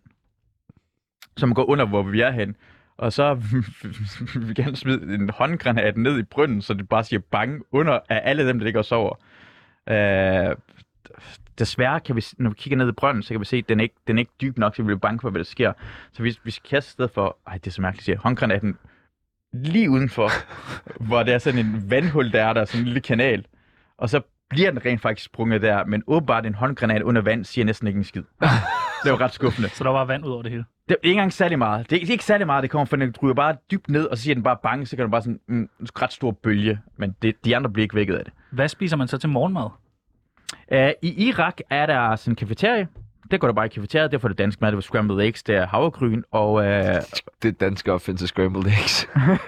som går under, hvor vi er hen. Og så vil vi gerne smide en håndgranat ned i brønden, så det bare siger bang under af alle dem, der ligger og sover. Uh, Desværre kan vi, når vi kigger ned i brønden, så kan vi se, at den er ikke, den er ikke dyb nok, så vi bliver bange for, hvad der sker. Så vi, vi skal kaste sted for, ej, det er så mærkeligt, siger håndgranaten lige udenfor, hvor der er sådan en vandhul, der er der, sådan en lille kanal. Og så bliver den rent faktisk sprunget der, men åbenbart en håndgranat under vand siger næsten ikke en skid. Det var ret skuffende. Så der var vand ud over det hele? Det er ikke engang særlig meget. Det er, det er ikke særlig meget, det kommer, for den ryger bare dybt ned, og så siger den bare bang, så kan den bare sådan en mm, ret stor bølge, men det, de andre bliver ikke vækket af det. Hvad spiser man så til morgenmad? Uh, I Irak er der sådan en kafeterie. Det går der bare i kafeteriet. Det er for det danske mad. Det var scrambled eggs, det er havregryn. Og, uh... det danske opfindelse scrambled eggs.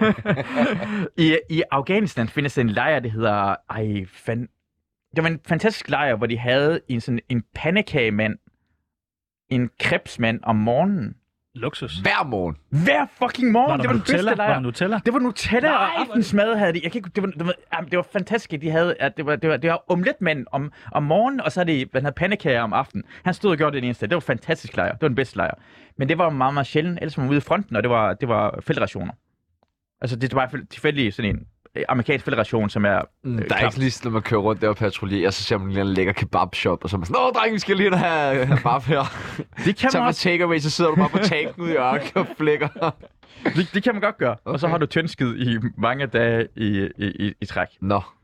I, I Afghanistan findes en lejr, det hedder... Ej, fan... Det var en fantastisk lejr, hvor de havde en, sådan, en pandekagemand, en krebsmand om morgenen. Luksus. Hver morgen. Hver fucking morgen. Var det var Nutella? den bedste lejr. Var der Nutella? Det var Nutella, Nej, og aftensmad havde de. Jeg kan ikke, det, var, det, var, det var fantastisk, de havde. At det var, det var, det var omeletmand om, om morgenen, og så havde de hvad havde pandekager om aftenen. Han stod og gjorde det eneste. Det var fantastisk lejr. Det var den bedste lejr. Men det var meget, meget sjældent. Ellers var man ude i fronten, og det var, det var feltrationer. Altså, det var tilfældig sådan en amerikansk federation, som er... Mm, der er klap. Ikke lige når man kører rundt der og patruljerer, så ser man en lækker kebabshop, og så er man sådan, åh, dreng, vi skal lige have kebab her. Det kan man også... takeaway, så sidder du bare på tanken ude i ørken og flækker. Det, det kan man godt gøre. Okay. Og så har du tyndskid i mange dage i, i, i, i træk. Nå.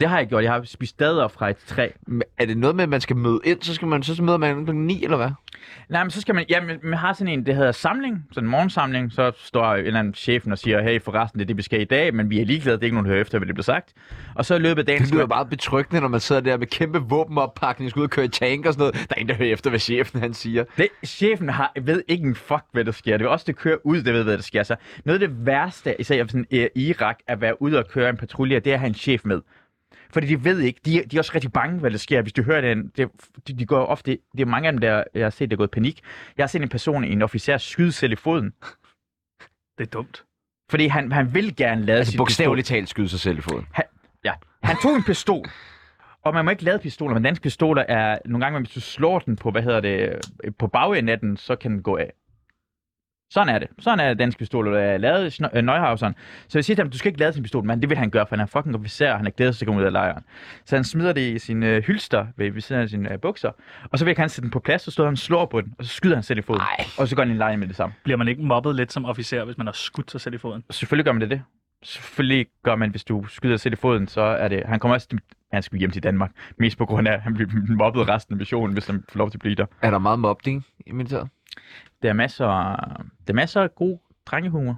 Det har jeg gjort. Jeg har spist dadler fra et træ. Men er det noget med, at man skal møde ind, så skal man så møder man klokken ni, eller hvad? Nej, men så skal man... Ja, man, man har sådan en, det hedder samling. Sådan en morgensamling. Så står en eller anden chefen og siger, hey, forresten, det er det, vi skal i dag, men vi er ligeglade. Det er ikke nogen, der hører efter, hvad det bliver sagt. Og så i løbet af dagen... Det lyder meget betryggende, når man sidder der med kæmpe våbenoppakning, skal ud og køre i tank og sådan noget. Der er ingen, der hører efter, hvad chefen han siger. Det, chefen har, ved ikke en fuck, hvad der sker. Det er også, det kører ud, det ved, hvad der sker. Så noget af det værste, især sådan, i Irak, at være ude og køre en patrulje, det er at have en chef med. Fordi de ved ikke, de, de er også rigtig bange, hvad der sker. Hvis du hører det, det de, de går ofte, det er mange af dem, der jeg har set, der er gået panik. Jeg har set en person i en officer skyde selv i foden. Det er dumt. Fordi han, han vil gerne lade Altså sit bogstaveligt talt skyde sig selv i foden. Han, ja, han tog en pistol. Og man må ikke lade pistoler, men danske pistoler er nogle gange, hvis du slår den på, hvad hedder det, på bagenden af den, så kan den gå af. Sådan er det. Sådan er danske pistoler, der er lavet i Neuhauseren. Så jeg siger til ham, du skal ikke lade sin pistol, men det vil han gøre, for han er fucking officer, og han er glædet sig at komme ud af lejren. Så han smider det i sine øh, hylster ved, ved siden af sine øh, bukser, og så vil han sætte den på plads, så står han og slår på den, og så skyder han selv i foden. Ej. Og så går han i en lejr med det samme. Bliver man ikke mobbet lidt som officer, hvis man har skudt sig selv i foden? Selvfølgelig gør man det det. Selvfølgelig gør man, hvis du skyder selv i foden, så er det... Han kommer også... Han skal hjem til Danmark. Mest på grund af, at han bliver mobbet resten af missionen, hvis han får lov til at blive der. Er der meget mobning i militæret? Der er masser, der er masser af god drengehumor.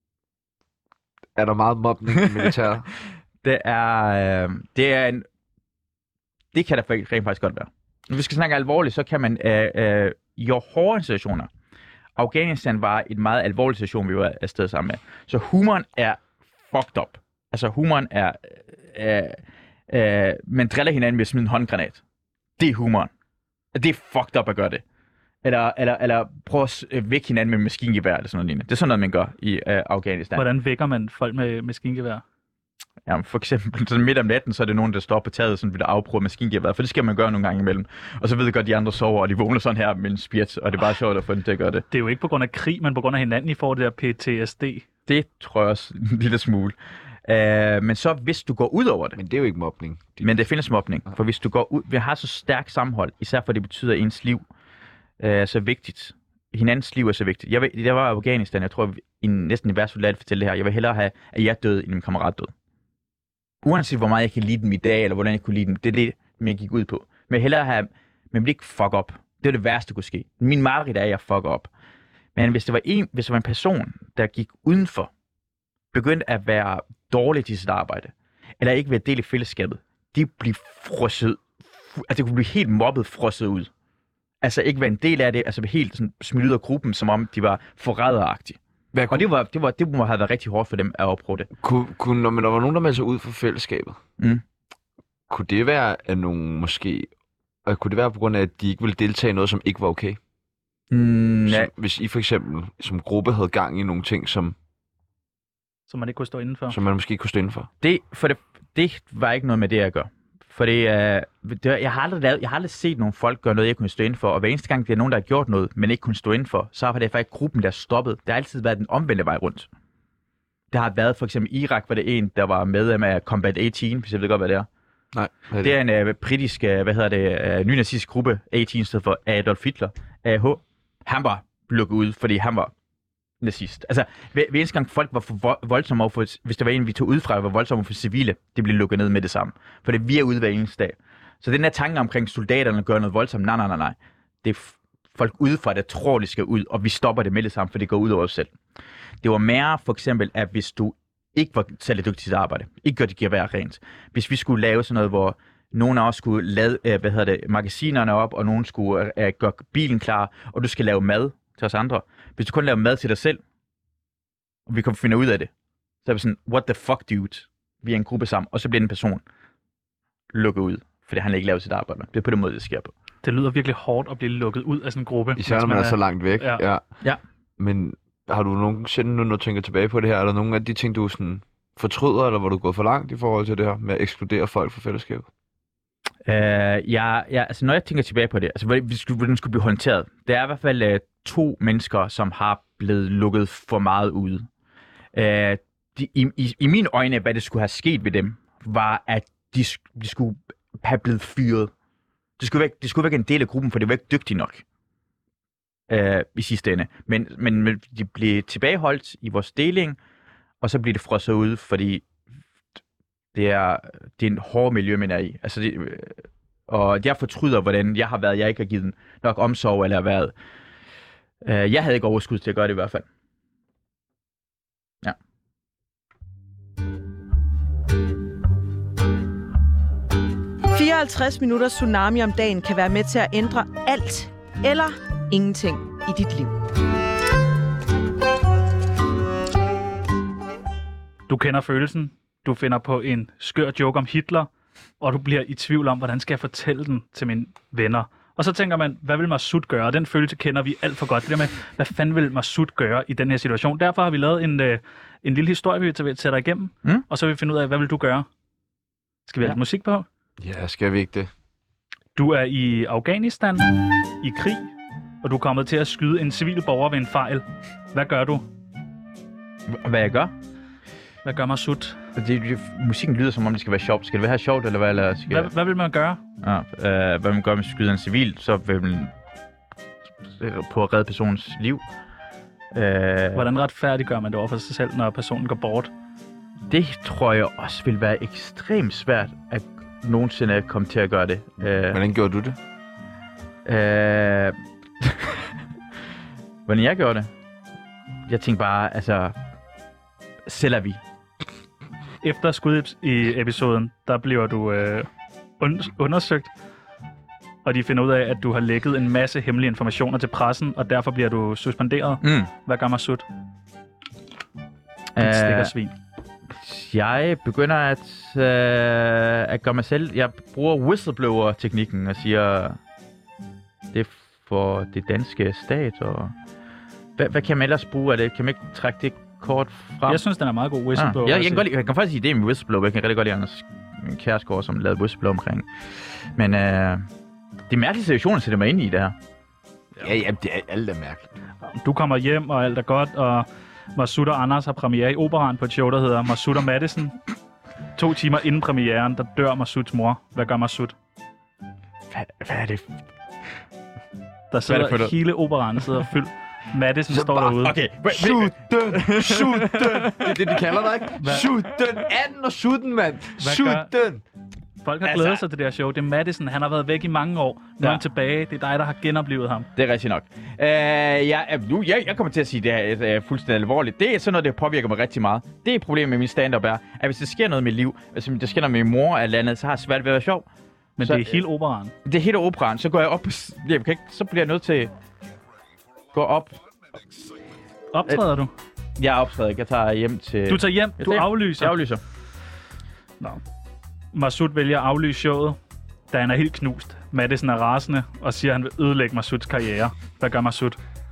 Er der meget mobning i militæret? det er... Øh, det er en... Det kan der rent faktisk godt være. Når vi skal snakke alvorligt, så kan man... Øh, øh, i hårde situationer. Afghanistan var et meget alvorligt situation, vi var afsted sammen med. Så humoren er fucked up. Altså humoren er... Øh, øh, man driller hinanden med at smide en håndgranat. Det er humoren. Det er fucked up at gøre det. Eller, eller, eller prøve at vække hinanden med maskingevær eller sådan noget lignende. Det er sådan noget, man gør i øh, Afghanistan. Hvordan vækker man folk med maskingevær? Ja, for eksempel sådan midt om natten, så er det nogen, der står på taget, sådan vil der afprøve maskingevær, for det skal man gøre nogle gange imellem. Og så ved jeg godt, at de andre sover, og de vågner sådan her med en spirt, og det er bare sjovt at få dem til at gøre det. Det er jo ikke på grund af krig, men på grund af hinanden, I får det der P T S D. Det tror jeg også en lille smule. Uh, men så hvis du går ud over det... Men det er jo ikke mobning. De... Men det findes mobning, for hvis du går ud... Vi har så stærkt sammenhold, især for det betyder, at ens liv er så vigtigt. Hinandens liv er så vigtigt. Jeg, jeg var i Afghanistan, jeg tror, i næsten i hvert fald at fortælle det her. Jeg vil hellere have, at jeg døde, end min kammerat døde. Uanset hvor meget jeg kan lide dem i dag, eller hvordan jeg kunne lide dem, det er det, jeg gik ud på. Men hellere have, men vil ikke fuck op. Det er det værste, der kunne ske. Min mareridt er, at jeg fuck op. Men hvis det var en, hvis det var en person, der gik udenfor, begyndte at være dårlig til sit arbejde, eller ikke være del i fællesskabet, de bliver frosset, altså det kunne blive helt mobbet frosset ud. Altså ikke være en del af det, altså helt sådan smidt ud af gruppen, som om de var forræderagtige. Kunne... Og det var, det var, det må have været rigtig hårdt for dem at opprøve det. Kunne, kunne, når der var nogen, der meldte sig ud fra fællesskabet, mm. kunne det være, at nogen måske, og kunne det være på grund af, at de ikke ville deltage i noget, som ikke var okay? Mm, som, hvis I for eksempel som gruppe havde gang i nogle ting, som som man ikke kunne stå indenfor. Som man måske ikke kunne stå indenfor. Det, for det, det var ikke noget med det, jeg gør. For det, uh, det, jeg, har aldrig lavet, jeg har aldrig set nogle folk gøre noget, jeg kunne stå indenfor. Og hver eneste gang, det er nogen, der har gjort noget, men ikke kunne stå indenfor, så har det faktisk gruppen, der stoppet. Det har altid været den omvendte vej rundt. Det har været for eksempel i Irak, var det en, der var med med Combat atten, hvis jeg ved godt, hvad det er. Nej, hvad er det? Det er en uh, britisk, uh, hvad hedder det, uh, nynazistisk gruppe, atten stedet for Adolf Hitler, A H. Han var lukket ud, fordi han var nazist. Altså, hver, hver eneste gang folk var for voldsomme over for, hvis der var en, vi tog udefra, der var voldsomme for civile, det blev lukket ned med det samme. For det vi er ude hver eneste dag. Så den her tanke omkring soldaterne gør noget voldsomt, nej, nej, nej, nej. Det er folk udefra, der tror, de skal ud, og vi stopper det med det samme, for det går ud over os selv. Det var mere for eksempel, at hvis du ikke var særlig dygtig til at arbejde, ikke gør det giver være rent. Hvis vi skulle lave sådan noget, hvor nogen af os skulle lade, hvad hedder det, magasinerne op, og nogen skulle uh, gøre bilen klar, og du skal lave mad til os andre. Hvis du kun laver mad til dig selv, og vi kan finde ud af det, så er vi sådan, what the fuck, dude? Vi er en gruppe sammen, og så bliver en person lukket ud, fordi han ikke laver sit arbejde. Det er på den måde, det sker på. Det lyder virkelig hårdt at blive lukket ud af sådan en gruppe. Især når man er så langt væk. Ja. Ja. ja. Men har du nogensinde, når du tænker tilbage på det her, er der nogle af de ting, du sådan fortryder, eller hvor du er gået for langt i forhold til det her med at ekskludere folk fra fællesskabet? Uh, ja, ja, altså når jeg tænker tilbage på det, altså hvordan skulle, den skulle blive håndteret, det er i hvert fald uh, to mennesker, som har blevet lukket for meget ude. Uh, de, i, i, I mine øjne, hvad det skulle have sket ved dem, var, at de, de skulle have blevet fyret. Det skulle, ikke, det skulle ikke være en del af gruppen, for det var ikke dygtige nok uh, i sidste ende. Men, men de blev tilbageholdt i vores deling, og så blev det frosset ud, fordi Det er, det er en hård miljø, men jeg er i. Altså, det, og jeg fortryder, hvordan jeg har været. Jeg ikke har givet den nok omsorg, eller været... Uh, jeg havde ikke overskud til at gøre det i hvert fald. Ja. fireoghalvtreds minutter tsunami om dagen kan være med til at ændre alt eller ingenting i dit liv. Du kender følelsen. Du finder på en skør joke om Hitler, og du bliver i tvivl om, hvordan skal jeg fortælle den til mine venner. Og så tænker man, hvad vil Masoud gøre? Den følelse kender vi alt for godt. Det der med, hvad fanden vil Masoud gøre i den her situation? Derfor har vi lavet en, øh, en lille historie, vi vil tage dig igennem, mm. og så vil vi finde ud af, hvad vil du gøre? Skal vi have ja. lidt musik på? Ja, skal vi ikke det? Du er i Afghanistan, i krig, og du er kommet til at skyde en civil borger ved en fejl. Hvad gør du? Hvad jeg gør? Hvad gør Masoud? Det, det, musikken lyder, som om det skal være sjovt. Skal det være sjovt, eller hvad? Eller skal... hvad, hvad vil man gøre? Ja, øh, hvad man gør, hvis man skyder en civil, så vil man på at redde personens liv. Øh, Hvordan retfærdiggør man det over for sig selv, når personen går bort? Det tror jeg også vil være ekstremt svært at nogensinde komme til at gøre det. Øh, Hvordan gjorde du det? Øh, Hvordan jeg gjorde det? Jeg tænkte bare, altså... Sælger vi. Efter skud i episoden, der bliver du øh, und- undersøgt, og de finder ud af, at du har lækket en masse hemmelige informationer til pressen, og derfor bliver du suspenderet. Mm. Hvad gør Masoud? Uh, stikker svin. Jeg begynder at, uh, at gøre mig selv... Jeg bruger whistleblower-teknikken og siger, det er for det danske stat, og... Hvad, hvad kan man ellers bruge af det? Kan man ikke trække det kort frem? Jeg synes, den er meget god whistleblower. Ah, jeg, jeg, kan godt lide, jeg kan faktisk sige, det er en whistleblower. Jeg kan rigtig godt lide Anders Kjærsgaard, som lavede whistleblower omkring. Men øh, det er mærkelige situationer, at sætte mig ind i det her. Ja, ja, det er alt er mærkeligt. Du kommer hjem, og alt er godt, og Masoud og Anders har premiere i Operaen på et show, der hedder Masoud og Madison. To timer inden premieren, der dør Masouds mor. Hvad gør Masoud? Hvad, hvad er det? Der sidder det hele Operaen sidder fyldt. Madison står bare, derude. Okay, shoot den! Shoot den! Det er det, de kalder dig, ikke? Shoot den! anden og shoot den, mand! Shoot den! Folk har glædet altså... sig til det her show. Det er Madison. Han har været væk i mange år. Nu ja. er han tilbage. Det er dig, der har genoplevet ham. Det er rigtigt nok. Uh, jeg, nu, jeg, jeg kommer til at sige, at det er fuldstændig alvorligt. Det er sådan noget, der påvirker mig rigtig meget. Det er problemet med min stand-up er, at hvis der sker noget i mit liv, hvis der sker noget med min mor eller andet, så har jeg svært ved at være sjov. Men så, det er hele Operaen. Det er hele Operaen. Så går jeg op... Jeg kan ikke, så bliver jeg nødt til... Gå op. Optræder du? Jeg optræder ikke. Jeg tager hjem til... Du tager hjem? Jeg du tager aflyser? Jeg aflyser. Nå. Masoud vælger at aflyse showet, da han er helt knust. Madison er rasende og siger, at han vil ødelægge Masouds karriere. Hvad gør Masoud?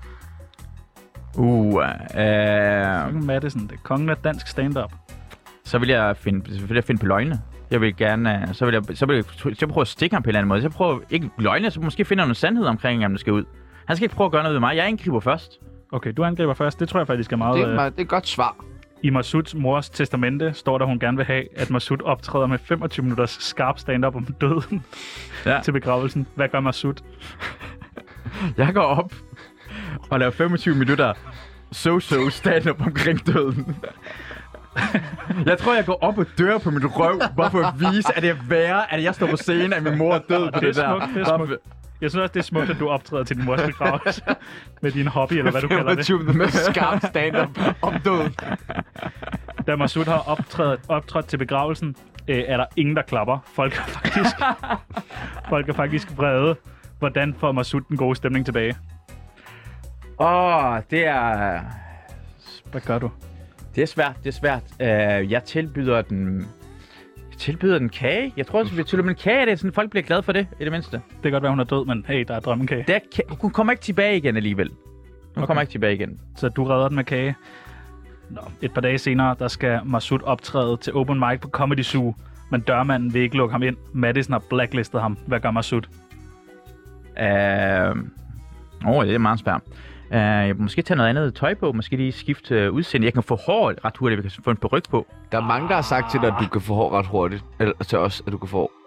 Uh, uh, Madison, det er kongen af dansk stand-up. Så vil jeg finde, så vil jeg finde på løgne. Jeg vil gerne... Så vil jeg, så vil jeg, så vil jeg prøve at stikke ham på en eller anden måde. Så prøver ikke løgne, så måske finder noget sandhed omkring, om det skal ud. Han skal ikke prøve at gøre noget ved mig. Jeg angriber først. Okay, du angriber først. Det tror jeg faktisk er meget... Det er, meget, det er et godt svar. I Masouds mors testamente står der, hun gerne vil have, at Masoud optræder med femogtyve minutters skarp stand-up om døden ja. til begravelsen. Hvad gør Masoud? Jeg går op og laver femogtyve minutter so-so stand-up omkring døden. Jeg tror, jeg går op og dør på mit røv, bare for at vise, at det er værre, at jeg står på scenen, at min mor er død på det, det der. Smukt, det er smukt. Jeg synes også, det er smukt, at du optræder til din mors begravelse med din hobby, eller hvad du kalder det. femogtyve med skarp stand-up om døden. Da Masoud har optrædet, optrådt til begravelsen, øh, er der ingen, der klapper. Folk er faktisk, folk er faktisk vrede. Hvordan får Masoud den gode stemning tilbage? Åh, oh, det er... Hvad gør du? Det er svært, det er svært. Uh, jeg tilbyder den... Jeg tilbyder den kage. Jeg tror, at vi tilbyder en kage. Det er sådan, folk bliver glade for det, i det mindste. Det kan godt være, hun er død, men hey, der er drømmekage. Det er ka- hun kommer ikke tilbage igen alligevel. Hun okay. kommer ikke tilbage igen. Så du redder den med kage. Nå. Et par dage senere, der skal Masoud optræde til open mic på Comedy Zoo. Men dørmanden vil ikke lukke ham ind. Madison har blacklistet ham. Hvad gør Masoud? Åh, uh... oh, det er meget spærm. Uh, jeg vil måske tage noget andet tøj på, måske lige skifte uh, udseende. Jeg kan få hår ret hurtigt, vi kan få en peruk på. Der er mange, der har sagt til dig, at du kan få hår ret hurtigt. Eller til os, at du kan få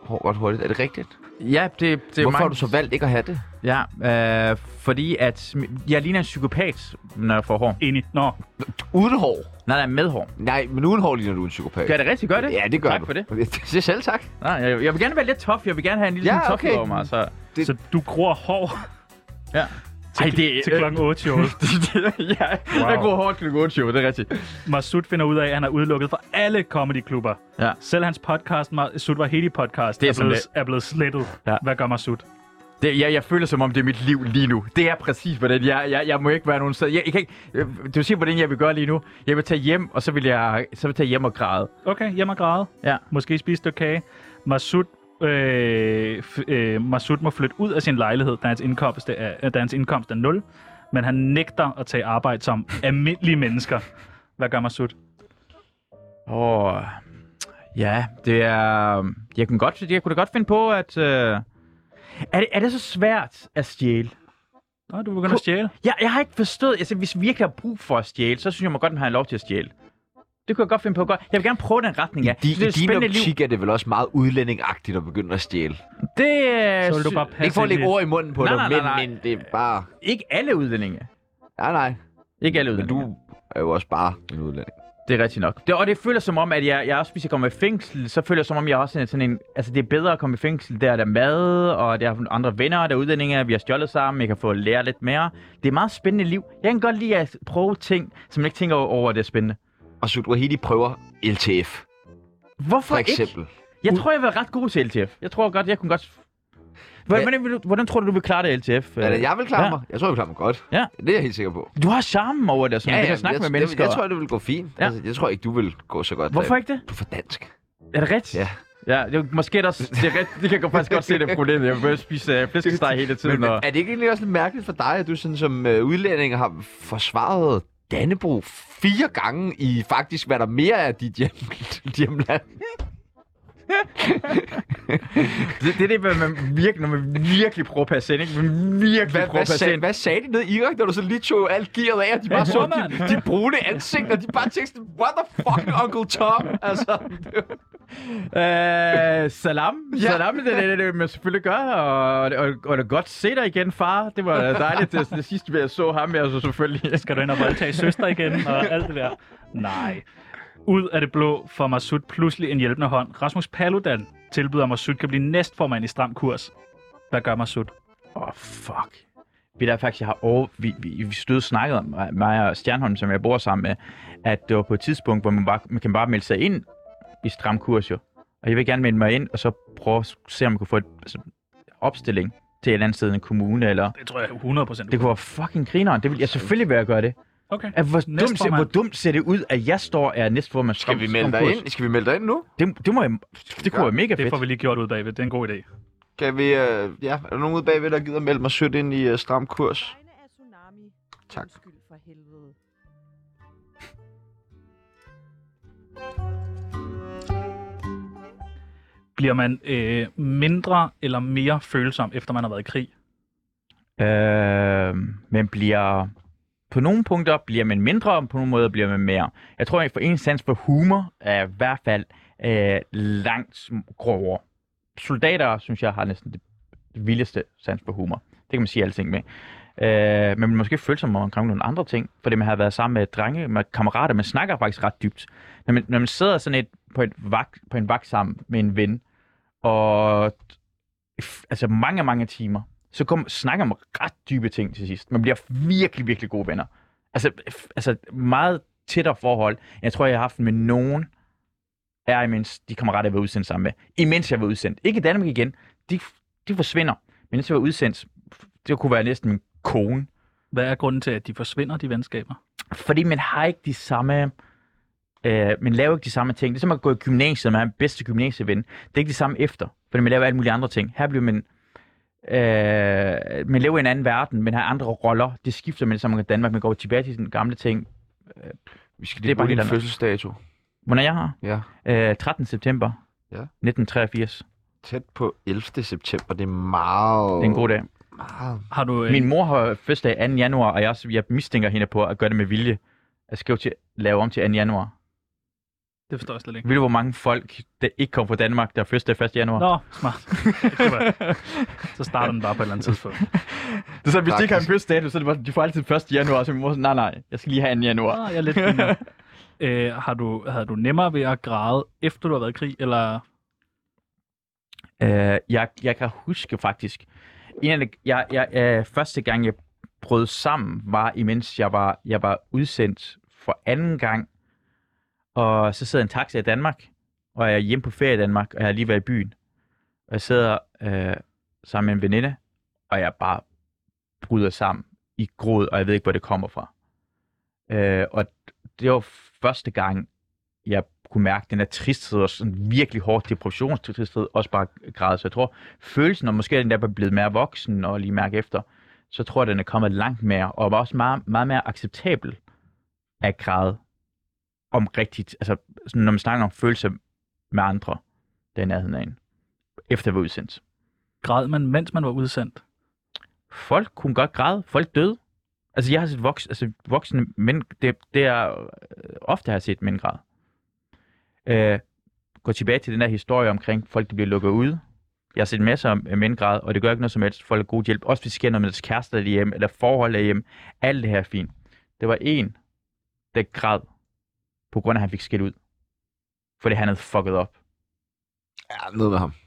godt hurtigt. Er det rigtigt? Ja, det, det er Hvorfor mig. har du så valgt ikke at have det? Ja, øh, fordi at jeg ligner en psykopat, når jeg får hår. Enig. Nå, Uden hår? Nej, nej, med hår. Nej, men uden hår ligner du en psykopat. Gør det rigtigt? Gør det? Ja, det gør tak du. for det. Det selv tak. Nej, jeg, jeg vil gerne være lidt tough. Jeg vil gerne have en lille Ja, ja, tough okay. over mig. Så. Det- så du gror hår Ja. til, Ej, det, til klokken otte showet. ja, wow. Jeg går hårdt klokken otte, det er rigtigt. Masud finder ud af, at han er udelukket fra alle comedyklubber. Ja. Selv hans podcast, Masud Vahedi podcast, Det er er, sådan blevet, er blevet slettet. Ja. Hvad gør Masud? Det, jeg, jeg føler som om, det er mit liv lige nu. Det er præcis, hvordan jeg, jeg, jeg må ikke være nogen sted. Jeg, jeg kan ikke, du siger, hvordan jeg vil gøre lige nu. Jeg vil tage hjem, og så vil jeg, så vil jeg tage hjem og græde. Okay, hjem og græde. Ja. Måske spise et stykke kage. Masud, øh, f- øh, Masud må flytte ud af sin lejlighed, da hans indkomst er, da hans indkomst er nul. Men han nægter at tage arbejde som almindelige mennesker. Hvad gør Masud? Åh, oh, ja, det er... Jeg kunne, godt, jeg kunne da godt finde på, at... Øh, er, det, er det så svært at stjæle? Nå, du begynder at stjæle. Jeg, jeg har ikke forstået... Altså, hvis vi virkelig har brug for at stjæle, så synes jeg, man godt må have lov til at stjæle. Det kunne jeg godt finde på at gøre. Jeg vil gerne prøve den retning, ja. I, Det er I et din spændende optik er det vel også meget udlændingagtigt at begynde at stjæle. Det er... Så vil du bare passe Ikke for at ind i- lægge ord i munden på Nej, dig, nej, nej, nej. men, men det er bare... Ikke alle udlændinge. Nej, nej. Ikke alle Men udlændinge. du er jo også bare en udlænding. Det er rigtigt nok. Det, og det føler som om, at jeg, jeg også, hvis jeg kommer i fængsel, så føler jeg som om, jeg også er sådan en... Altså, det er bedre at komme i fængsel, der er der mad, og der er andre venner, der er udlændinge, vi har stjålet sammen, jeg kan få at lære lidt mere. Det er et meget spændende liv. Jeg kan godt lide at prøve ting, som jeg ikke tænker over, at det er spændende. Og Masud Vahedi prøver L T F, Hvorfor for eksempel. ikke? Jeg tror, jeg vil være ret god til L T F. Jeg tror godt, jeg kunne godt... Hvordan, hvordan, vil du- hvordan tror du, du vil klare det, L T F? Er det, jeg vil klare Ja. mig? Jeg tror, jeg vil klare mig godt. Ja. Det er jeg helt sikker på. Du har charmen over det, så ja, du kan snakke jeg, med mennesker. Jeg, jeg tror, det vil gå fint. Ja. Altså, jeg tror ikke, du vil gå så godt. Hvorfor der. ikke det? Du er for dansk. Er det rigtigt? Ja. Ja, det er, måske er der, det, er ret, det kan jeg faktisk godt se det problem. Jeg vil spise uh, flæskesteg hele tiden. Men, Og... men er det ikke egentlig også lidt mærkeligt for dig, at du sådan som uh, udlænding har forsvaret Dannebrog fire gange i faktisk, hvad der mere er dit hjem, hjemland? det, det er det, hvad man virkelig, når man virkelig prøver at passe ind, ikke? Man virkelig Hvad, prøver at hvad, passe sag, ind. hvad sagde de nede i Irak, da du så lige tog alt gearet af, og de bare Ja, så mand. de, de brune ansigter, de bare tænkte, what the fuck, Uncle Tom? Altså, Øh, salam. Ja. Salam, det er det, det, man selvfølgelig gør. Og, og, og det er godt at se dig igen, far. Det var dejligt. Det, det sidste, jeg så ham, jeg så selvfølgelig. Skal du ind og voldtage søster igen og alt det der? Nej. Ud af det blå får Masud pludselig en hjælpende hånd. Rasmus Paludan tilbyder, at Masud kan blive næstformand i Stram Kurs. Hvad gør Masud? Åh, oh, fuck. Vi der faktisk, jeg har over, vi, vi, vi stod og snakkede om, mig og Stjernholm, som jeg bor sammen med, at det var på et tidspunkt, hvor man, bare, man kan bare melde sig ind i Stram Kurs, jo. Og jeg vil gerne melde mig ind, og så prøve at se, om man kunne få et altså, opstilling til et eller andet sted, en kommune, eller... Det tror jeg hundrede procent. Det kunne være fucking grineren. Det vil jeg selvfølgelig være at gøre det. Okay. At, hvor, dumt, ser, Næstformand. hvor dumt ser det ud, at jeg står af næstformand. skal vi melde dig ind? Skal vi melde dig ind nu? Det, det, må jeg, det kunne være mega Det fedt. får vi lige gjort ud bagved. Det er en god idé. Kan vi, øh, ja, er der nogen ude bagved, der gider melde mig sødt ind i uh, Stram Kurs? Vegne af Tsunami. Tak. Undskyld for helvede. Bliver man øh, mindre eller mere følsom, efter man har været i krig? Øh, men bliver... På nogle punkter bliver man mindre, og på nogle måder bliver man mere. Jeg tror, at for en sans for humor er i hvert fald øh, langt grovere. Soldater, synes jeg, har næsten det, det vildeste sans for humor. Det kan man sige alting med. Øh, men man måske føle sig omkring nogle andre ting, fordi man har været sammen med drenge, med kammerater, man snakker faktisk ret dybt. Når man, når man sidder sådan et, på, et vagt, på en vagt sammen med en ven, og f- altså mange, mange timer, så kom, snakker man ret dybe ting til sidst. Man bliver virkelig, virkelig gode venner. Altså, f- altså meget tættere forhold, end jeg tror, jeg har haft med nogen, er imens de kammerater, jeg var udsendt sammen med. Imens jeg var udsendt. Ikke i Danmark igen. De, de forsvinder. Men mens jeg var udsendt, det kunne være næsten min kone. Hvad er grunden til, at de forsvinder, de venskaber? Fordi man har ikke de samme... Øh, man laver ikke de samme ting. Det er som at gå i gymnasiet, man har en bedste gymnasieven. Det er ikke det samme efter, fordi man laver alle mulige andre ting. Her bliver man... Øh, man lever i en anden verden, men har andre roller. Det skifter man sammen med Danmark. Man går tilbage til den gamle ting. Vi skal Det er lige bare bruge din helt andet. fødselsdato. Hvornår jeg har? Ja. Øh, trettende september Ja. nitten treogfirs. Tæt på ellevte september. Det er meget... Det er en god dag. Meget... Har du, øh, Min mor har fødselsdag anden januar, og jeg, også, jeg mistænker hende på at gøre det med vilje. At skrive til lave om til anden januar. Det forstår jeg slet ikke. Ved du, hvor mange folk, der ikke kom fra Danmark, der er første og første januar? Nå, smart. Så starter den bare på et eller andet tidspunkt. Det er så, hvis de ikke har en fødselsdato, så er det bare, de får altid første januar, så min mor sådan, nej, nej, jeg skal lige have anden januar. Ah, jeg er lidt finere. øh, har du, havde du nemmere ved at græde, efter du har været i krig, eller... Uh, jeg, jeg kan huske faktisk, en af de, jeg, jeg, uh, første gang, jeg brød sammen, var imens jeg var, jeg var udsendt for anden gang. Og så sidder en taxa i Danmark, og jeg er hjemme på ferie i Danmark, og jeg har lige været i byen. Og jeg sidder uh, sammen med en veninde, og jeg bare bryder sammen i gråd, og jeg ved ikke, hvor det kommer fra. Uh, og det var første gang, jeg kunne mærke den der tristhed, og sådan virkelig hård depressionstristhed, også bare græde. Så jeg tror, følelsen, og måske er den der blevet mere voksen, og lige mærke efter, så tror jeg, den er kommet langt mere, og var også meget, meget mere acceptabel at græde om rigtigt, altså sådan, når man snakker om følelser med andre, der er nærheden af en, efter at være udsendt. Græd man, mens man var udsendt? Folk kunne godt græde. Folk døde. Altså, jeg har set voks, altså, voksne mænd, det, det er øh, ofte har jeg set mænd græde. Øh, gå tilbage til den der historie omkring folk, der bliver lukket ude. Jeg har set masser af mænd græde, og det gør ikke noget som helst. Folk er god hjælp. Også hvis det sker noget med deres kærester derhjemme, eller forhold derhjemme. Alt det her er fint. Det var en, der græd, på grund af, at han fik skidt ud. Fordi han havde fucket op. Ja, noget med ham.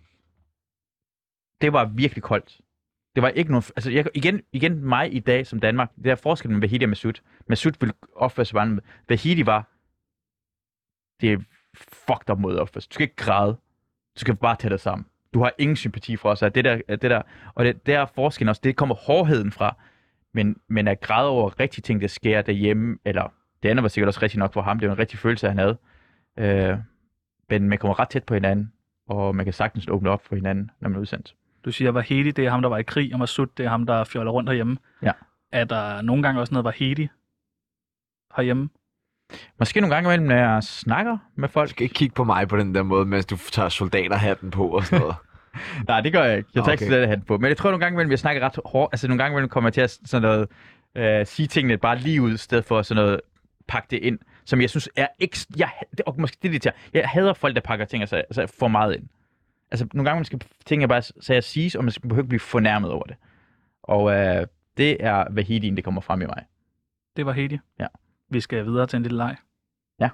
Det var virkelig koldt. Det var ikke nogen... Altså, jeg, igen, igen mig i dag som Danmark, det er forskellen med Vahidi og Masud. Masud ville opføre sig bare. Vahidi var... Det er fucked up måde at opføre sig. Du skal ikke græde. Du skal bare tage dig sammen. Du har ingen sympati for os. Det der, det der, og det, der er forskellen også. Det kommer hårdheden fra. Men, men at græde over rigtige ting, der sker derhjemme, eller det andet var sikkert også rigtig nok for ham. Det var en rigtig følelse, han havde. Øh, men man kommer ret tæt på hinanden, og man kan sagtens åbne op for hinanden, når man er udsendt. Du siger, at Vahidi, det er ham, der var i krig, og Masud, det er ham, der fjoller rundt herhjemme. Ja. Er der nogle gange også noget Vahidi herhjemme? Måske nogle gange imellem, når jeg snakker med folk. Du skal ikke kigge på mig på den der måde, mens du tager soldaterhatten på og sådan noget. Nej, det gør jeg ikke. Jeg tager Okay. ikke soldaterhatten på. Men jeg tror nogle gange imellem, jeg snakker ret hårdt. Altså nogle gange imellem kommer jeg til at sådan noget, øh, sige tingene bare lige ud, i stedet for sådan noget, pakke det ind, som jeg synes er ikke... Jeg, det, og måske det, det til. Jeg hader folk, der pakker ting altså, altså for meget ind. Altså nogle gange, man skal tingene bare så jeg siges, og man skal behøve ikke blive fornærmet over det. Og øh, det er Vahidien, det kommer frem i mig. Det var Vahidi. Ja. Vi skal videre til en lille leg. Ja.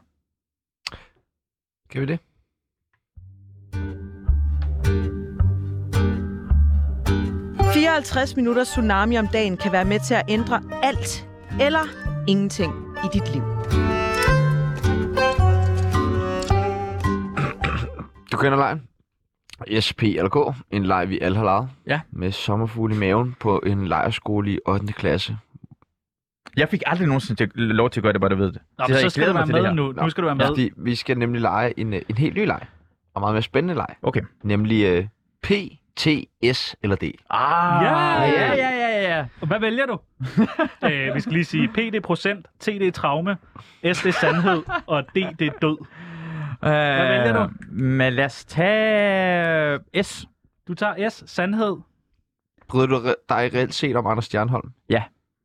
Kan vi det? fireoghalvtreds minutter tsunami om dagen kan være med til at ændre alt eller ingenting i dit liv. Du kender lejen? S P eller K, en leg, vi alle har leget. Ja. Med sommerfugle i maven på en lejrskole i ottende klasse. Jeg fik aldrig nogensinde til, lov til at gøre det, bare du ved det. Nå, Så så jeg skal glæder du mig være til det med her. nu. Nu skal du være med. Fordi vi skal nemlig lege en, en helt ny leg. Og meget mere spændende leg. Okay. Nemlig uh, P, T, S eller D. Ah, Ja, ja, ja, ja, ja. Og hvad vælger du? øh, vi skal lige sige, P det er procent, T det er traume, S det er sandhed, og D det er død. Hvad vælger du? Men lad os tage S. Du tager S, sandhed. Bryder du re- dig reelt set om Anders Stjernholm? Ja.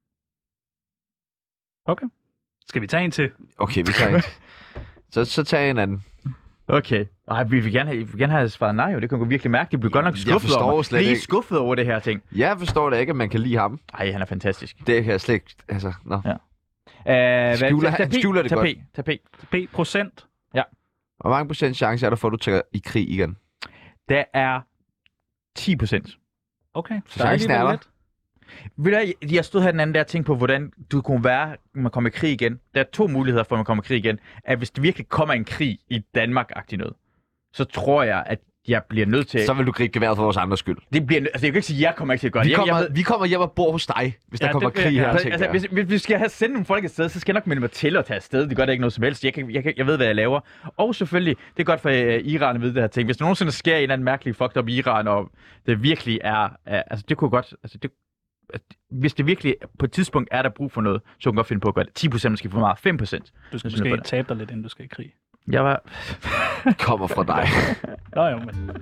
Okay. Skal vi tage en til? Okay, vi tager en. så, så tager jeg en anden. Okay. Ej, vi vil gerne have, vi vil gerne have svaret nej, og det kan gå virkelig mærke. Det bliver godt nok Jeg skuffet forstår over. slet Lige ikke. skuffet over det her ting. Jeg forstår da ikke, at man kan lide ham. Ej, han er fantastisk. Det kan jeg slet ikke... Altså, nå. Ja. Uh, Skjuler- han skjuler det tag godt. P, tag P. P procent. Hvor mange procent chance er der for, at du tager i krig igen? Der er ti procent. Okay. Så chancen er alligevel der. lidt. Ved du, jeg- jeg stod her den anden der og tænkte på, hvordan du kunne være, når man kommer i krig igen. Der er to muligheder for, at man kommer i krig igen. At hvis det virkelig kommer en krig i Danmark-agtig noget, så tror jeg, at jeg bliver nødt til... Så vil du gribe geværet for vores andres skyld. Det bliver, altså, jeg kan ikke sige, at jeg kommer ikke til at gøre det. Vi Jeg- kommer, jeg ved- vi kommer hjem og bor hos dig, hvis Ja, der kommer det vil krig jeg her. gerne. tænker Altså, jeg. hvis, hvis, hvis vi skal have sendt nogle folk afsted, så skal jeg nok melde mig til at tage afsted. Det gør det ikke noget som helst. Jeg, kan, jeg, kan, jeg ved, hvad jeg laver. Og selvfølgelig, det er godt for uh, Iran at vide det her ting. Hvis der nogensinde sker en eller anden mærkelig fucked up i Iran, og det virkelig er... Uh, altså, det kunne godt... Altså, det, at, hvis det virkelig på et tidspunkt er der brug for noget, så kan man godt finde på at gøre det. ti procent måske for meget. fem procent. Du skal Jeg synes, det er måske tabe dig lidt, inden du skal i krig. Jeg var... kommer fra dig. Nå jo, men...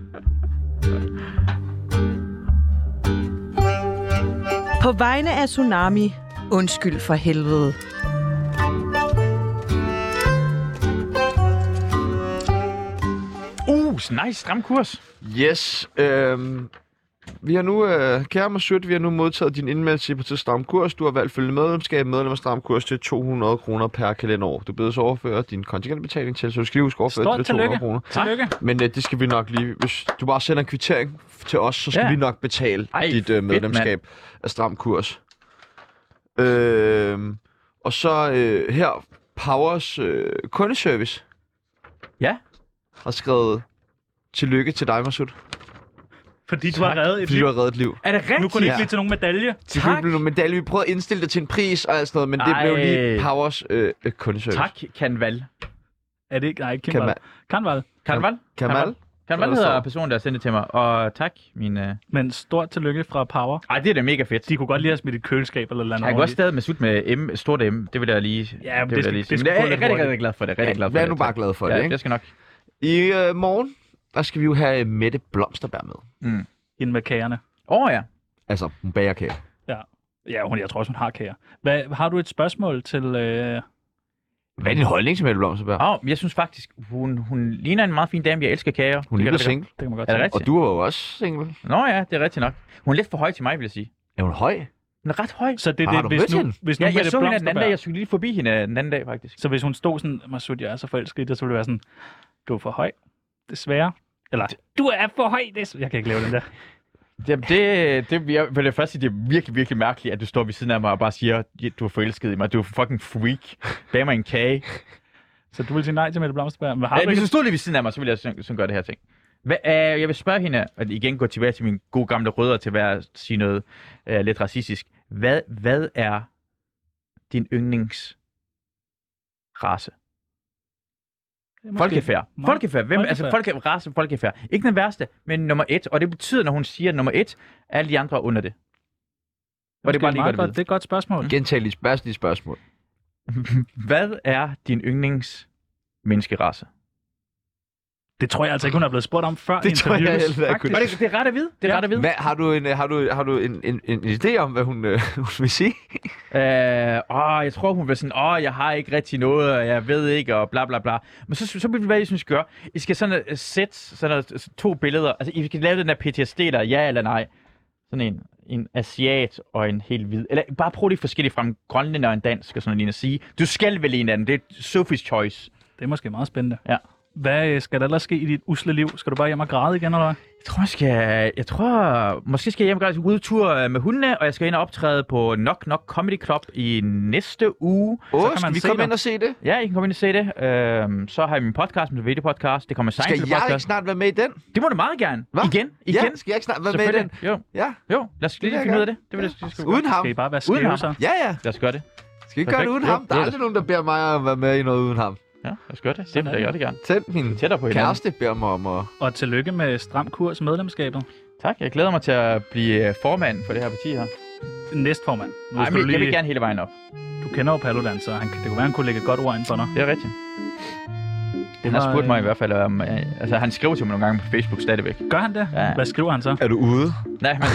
På vegne af Tsunami, undskyld for helvede. nice. Stram kurs. Yes. Øhm, vi har nu, øh, kære Masud, vi har nu modtaget din indmeldelse på til Stram Kurs. Du har valgt følgende medlemskab, medlem af Stram Kurs til to hundrede kroner per kalenderår. Du bedes overføre din kontingentbetaling til, så du skal lige huske overføre til to hundrede kroner. Tillykke. Men øh, det skal vi nok lige, hvis du bare sender en kvittering til os, så skal ja. vi nok betale Ej, dit øh, medlemskab fedt, af Stram Kurs. Øhm, og så øh, her, Powers øh, kundeservice. Ja. Har skrevet tillykke til dig, Masud. Fordi du har reddet et Fordi liv. du har reddet et liv. Er det rigtigt? Nu kunne det ikke blive til nogen medalje. Tak. Det blev medalje. Vi prøvede at indstille det til en pris og alt sådan noget, men det Ej. blev lige Powers øh, kundeservice. Tak, Kanval. Er det ikke? Nej, ikke Kanval. Kanval. Kanval? Kamal? Kanval hedder personen, der sendte til mig. Og tak, min... Uh... Men stort tillykke fra Power. Ej, det er da mega fedt. De kunne godt lige have smidt et køleskab eller noget. Jeg kan også stadig med slut med M, stort M. Det vil jeg lige... Ja, men det, det vil skal, jeg lige det skal sige. Men jeg er lidt rigtig, hurtigt. rigtig glad for det. Rigtig Ja, glad for vær det. nu bare glad for ja, det, ikke? det skal nok. I øh, morgen, der skal vi jo have Mette Blomsterberg med. Mm. Ind med kagerne. Åh oh, ja. Altså, hun bager kager. Ja, ja hun, jeg tror også, hun har kager. Hvad, har du et spørgsmål til... Øh... Hvad er din holdning til Mette Blomsterberg? Åh, oh, jeg synes faktisk, hun, hun ligner en meget fin dame. Jeg elsker kager. Hun er lige single. Det kan man godt Er det sige. rigtigt? Og du er jo også single. Nå ja, det er rigtigt nok. Hun er lidt for høj til mig, vil jeg sige. Er hun høj? Hun er ret høj. Så det er Har det, du hvis mødt nu, hende? hvis nu Ja, jeg Mette så hende den anden dag. Blomsterberg- Jeg skulle lige forbi hende den anden dag, faktisk. Så hvis hun stod sådan, Masud, jeg er så forelsket i dig, så ville det være sådan, du er for høj, desværre. Eller, du er for høj, desværre. Jeg kan ikke lave den der. Det, det, det jeg vil jeg først sige, det er virkelig, virkelig mærkeligt, at du står ved siden af mig og bare siger, du er forelsket i mig. Du er fucking freak. Bag mig en kage. Så du vil sige nej til Mette Blomsterberg. Men har Ja, du hvis ikke... du stod lige ved siden af mig, så ville jeg sådan, sådan gøre det her ting. Hva, øh, jeg vil spørge hende, og igen gå tilbage til min gode gamle rødder til at være, sige noget øh, lidt racistisk. Hvad, hvad er din yndlingsrace? Folkefærd. Folkefærd. Hvem, altså folke, race, folkefærd. Ikke den værste, men nummer et. Og det betyder, når hun siger nummer et, alle de andre under det. Og det er bare lige godt at vide. Det er et godt spørgsmål. Gentag lige spørg de spørgsmål. Hvad er din yndlings menneskerace? Det tror jeg altså ikke, hun er blevet spurgt om før. Det tror jeg interviews. heller ikke. Faktisk. Og det, det er ret at vide. Det er Ja. ret at vide. Hvad, har du en, har du, har du en, en, en idé om, hvad hun, øh, hun vil sige? Øh, åh, jeg tror, hun vil sådan, åh, jeg har ikke rigtig noget, og jeg ved ikke, og bla bla bla. Men så, så vil det være, I synes, I skal gøre. I skal sådan uh, sætte sådan uh, to billeder. Altså, I skal lave den der P T S D der, ja eller nej. Sådan en, en asiat og en helt hvid. Eller bare prøv de forskellige frem. Grønlænder og en dansk og sådan noget, at sige. Du skal vælge en af dem. Det er Sophie's choice. Det er måske meget spændende. Ja. Hvad øh, skal der ellers ske i dit usle liv? Skal du bare hjem og græde igen, eller hvad? Jeg tror, jeg skal... Jeg tror... Måske skal jeg hjem og gå ud tur med hundene, og jeg skal ind og optræde på Knock Knock Comedy Club i næste uge. Åh, kan skal man vi se komme dig. ind og se det? Ja, I kan komme ind og se det. Øhm, så har jeg min podcast, min videopodcast. Det kommer Skal science jeg podcast. ikke snart være med i den? Det må du meget gerne. Hva? Igen, igen. Ja, skal jeg ikke snart være med i den? Jo, Ja. jo. Lad os vil lige jeg finde ud af gerne. det. Det vil jeg, skal vi Uden ham? Skal I bare være Uden skæve, ham. så? Ja, ja. Lad os gøre det. Skal vi ikke gøre det Perfekt. uden Jo, ham? Der er det er aldrig nogen, der beder mig om at være med i noget uden ham. Ja, lad os gøre det. Det Sådan vil er jeg det. gøre det Selv gerne. min Tættere på hinanden. kæreste beder mig om at... Og tillykke med Stram Kurs medlemskabet. Tak, jeg glæder mig til at blive formand for det her parti her. Næstformand. Nu Nej, skal men du jeg vil lige... gerne hele vejen op. Du kender jo Paludan, så han, det kunne være, han kunne lægge et godt ord ind for dig. Det er rigtigt. Det Han har var, spurgt mig i øh, hvert fald om... øh, Altså, han skriver til mig nogle gange på Facebook stadigvæk. Gør han det? Ja. Hvad skriver han så? Er du ude? Nej, men...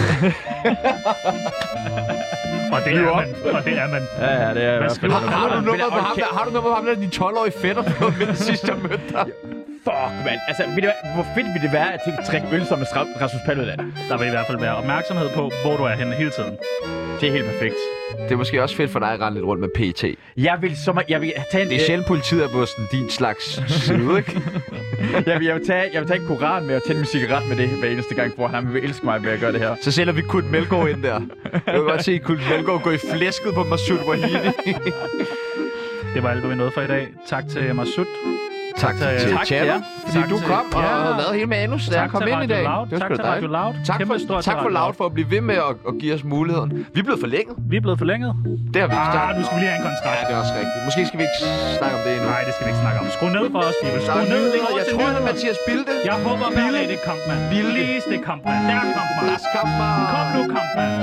Og det er man. Og det er man. Ja, ja, det er i Hvad hvert fald... skriver han? Har du Men- nummeret på men- ham, der, har du nummeret på ham, der din tolv-årige fætter på, med sidst jeg mødte dig? Fuck, mand. Altså, ved du hvad, hvor fedt ville det være at drikke øl som med Ra- Rasmus Paludan? Der vil i hvert fald være opmærksomhed på, hvor du er henne hele tiden. Det er helt perfekt. Det er måske også fedt for dig at rende lidt rundt med P T. Jeg vil så meget... Jeg vil tage en... Det er sjældent politiet er på sådan din slags side, ikke? jeg, vil, jeg, vil tage, jeg vil tage en koran med og tænde min cigaret med det hver eneste gang, hvor han vil elske mig ved at gøre det her. Så sælger vi Kurt Melgaard ind der. Jeg vil godt se Kurt Melgaard gå i flæsket på Masud Wahidi. Det var alt, hvad vi nåede for i dag. Tak til Masud. Tak til, til tak til Chano, jer. fordi Tak du til- kom og Ja. havde lavet hele manus, da jeg Tak kom til ind i Radio dag. Loud. Det var Tak sgu til da Radio dejligt. Loud. Tak Kæmpe for, stort tak til for Radio Loud Loud. for at blive ved med at, at give os muligheden. Vi er blevet forlænget. Vi er blevet forlænget. Det har vi ikke Ah, snakket. nu skal vi lige have en kontrakt. Ja, det er også rigtigt. Måske skal vi ikke snakke om det endnu. Nej, det skal vi ikke snakke om. Skru ned for os, vi vil Der skru er ned. nyheder. Læg over Jeg til tror, at nyheder. Mathias Bilde. Jeg håber, at det kom, mand. Bilde. Please, det kom, mand. Der kom, mand. Lars Kampmann. Kom nu, kom, mand.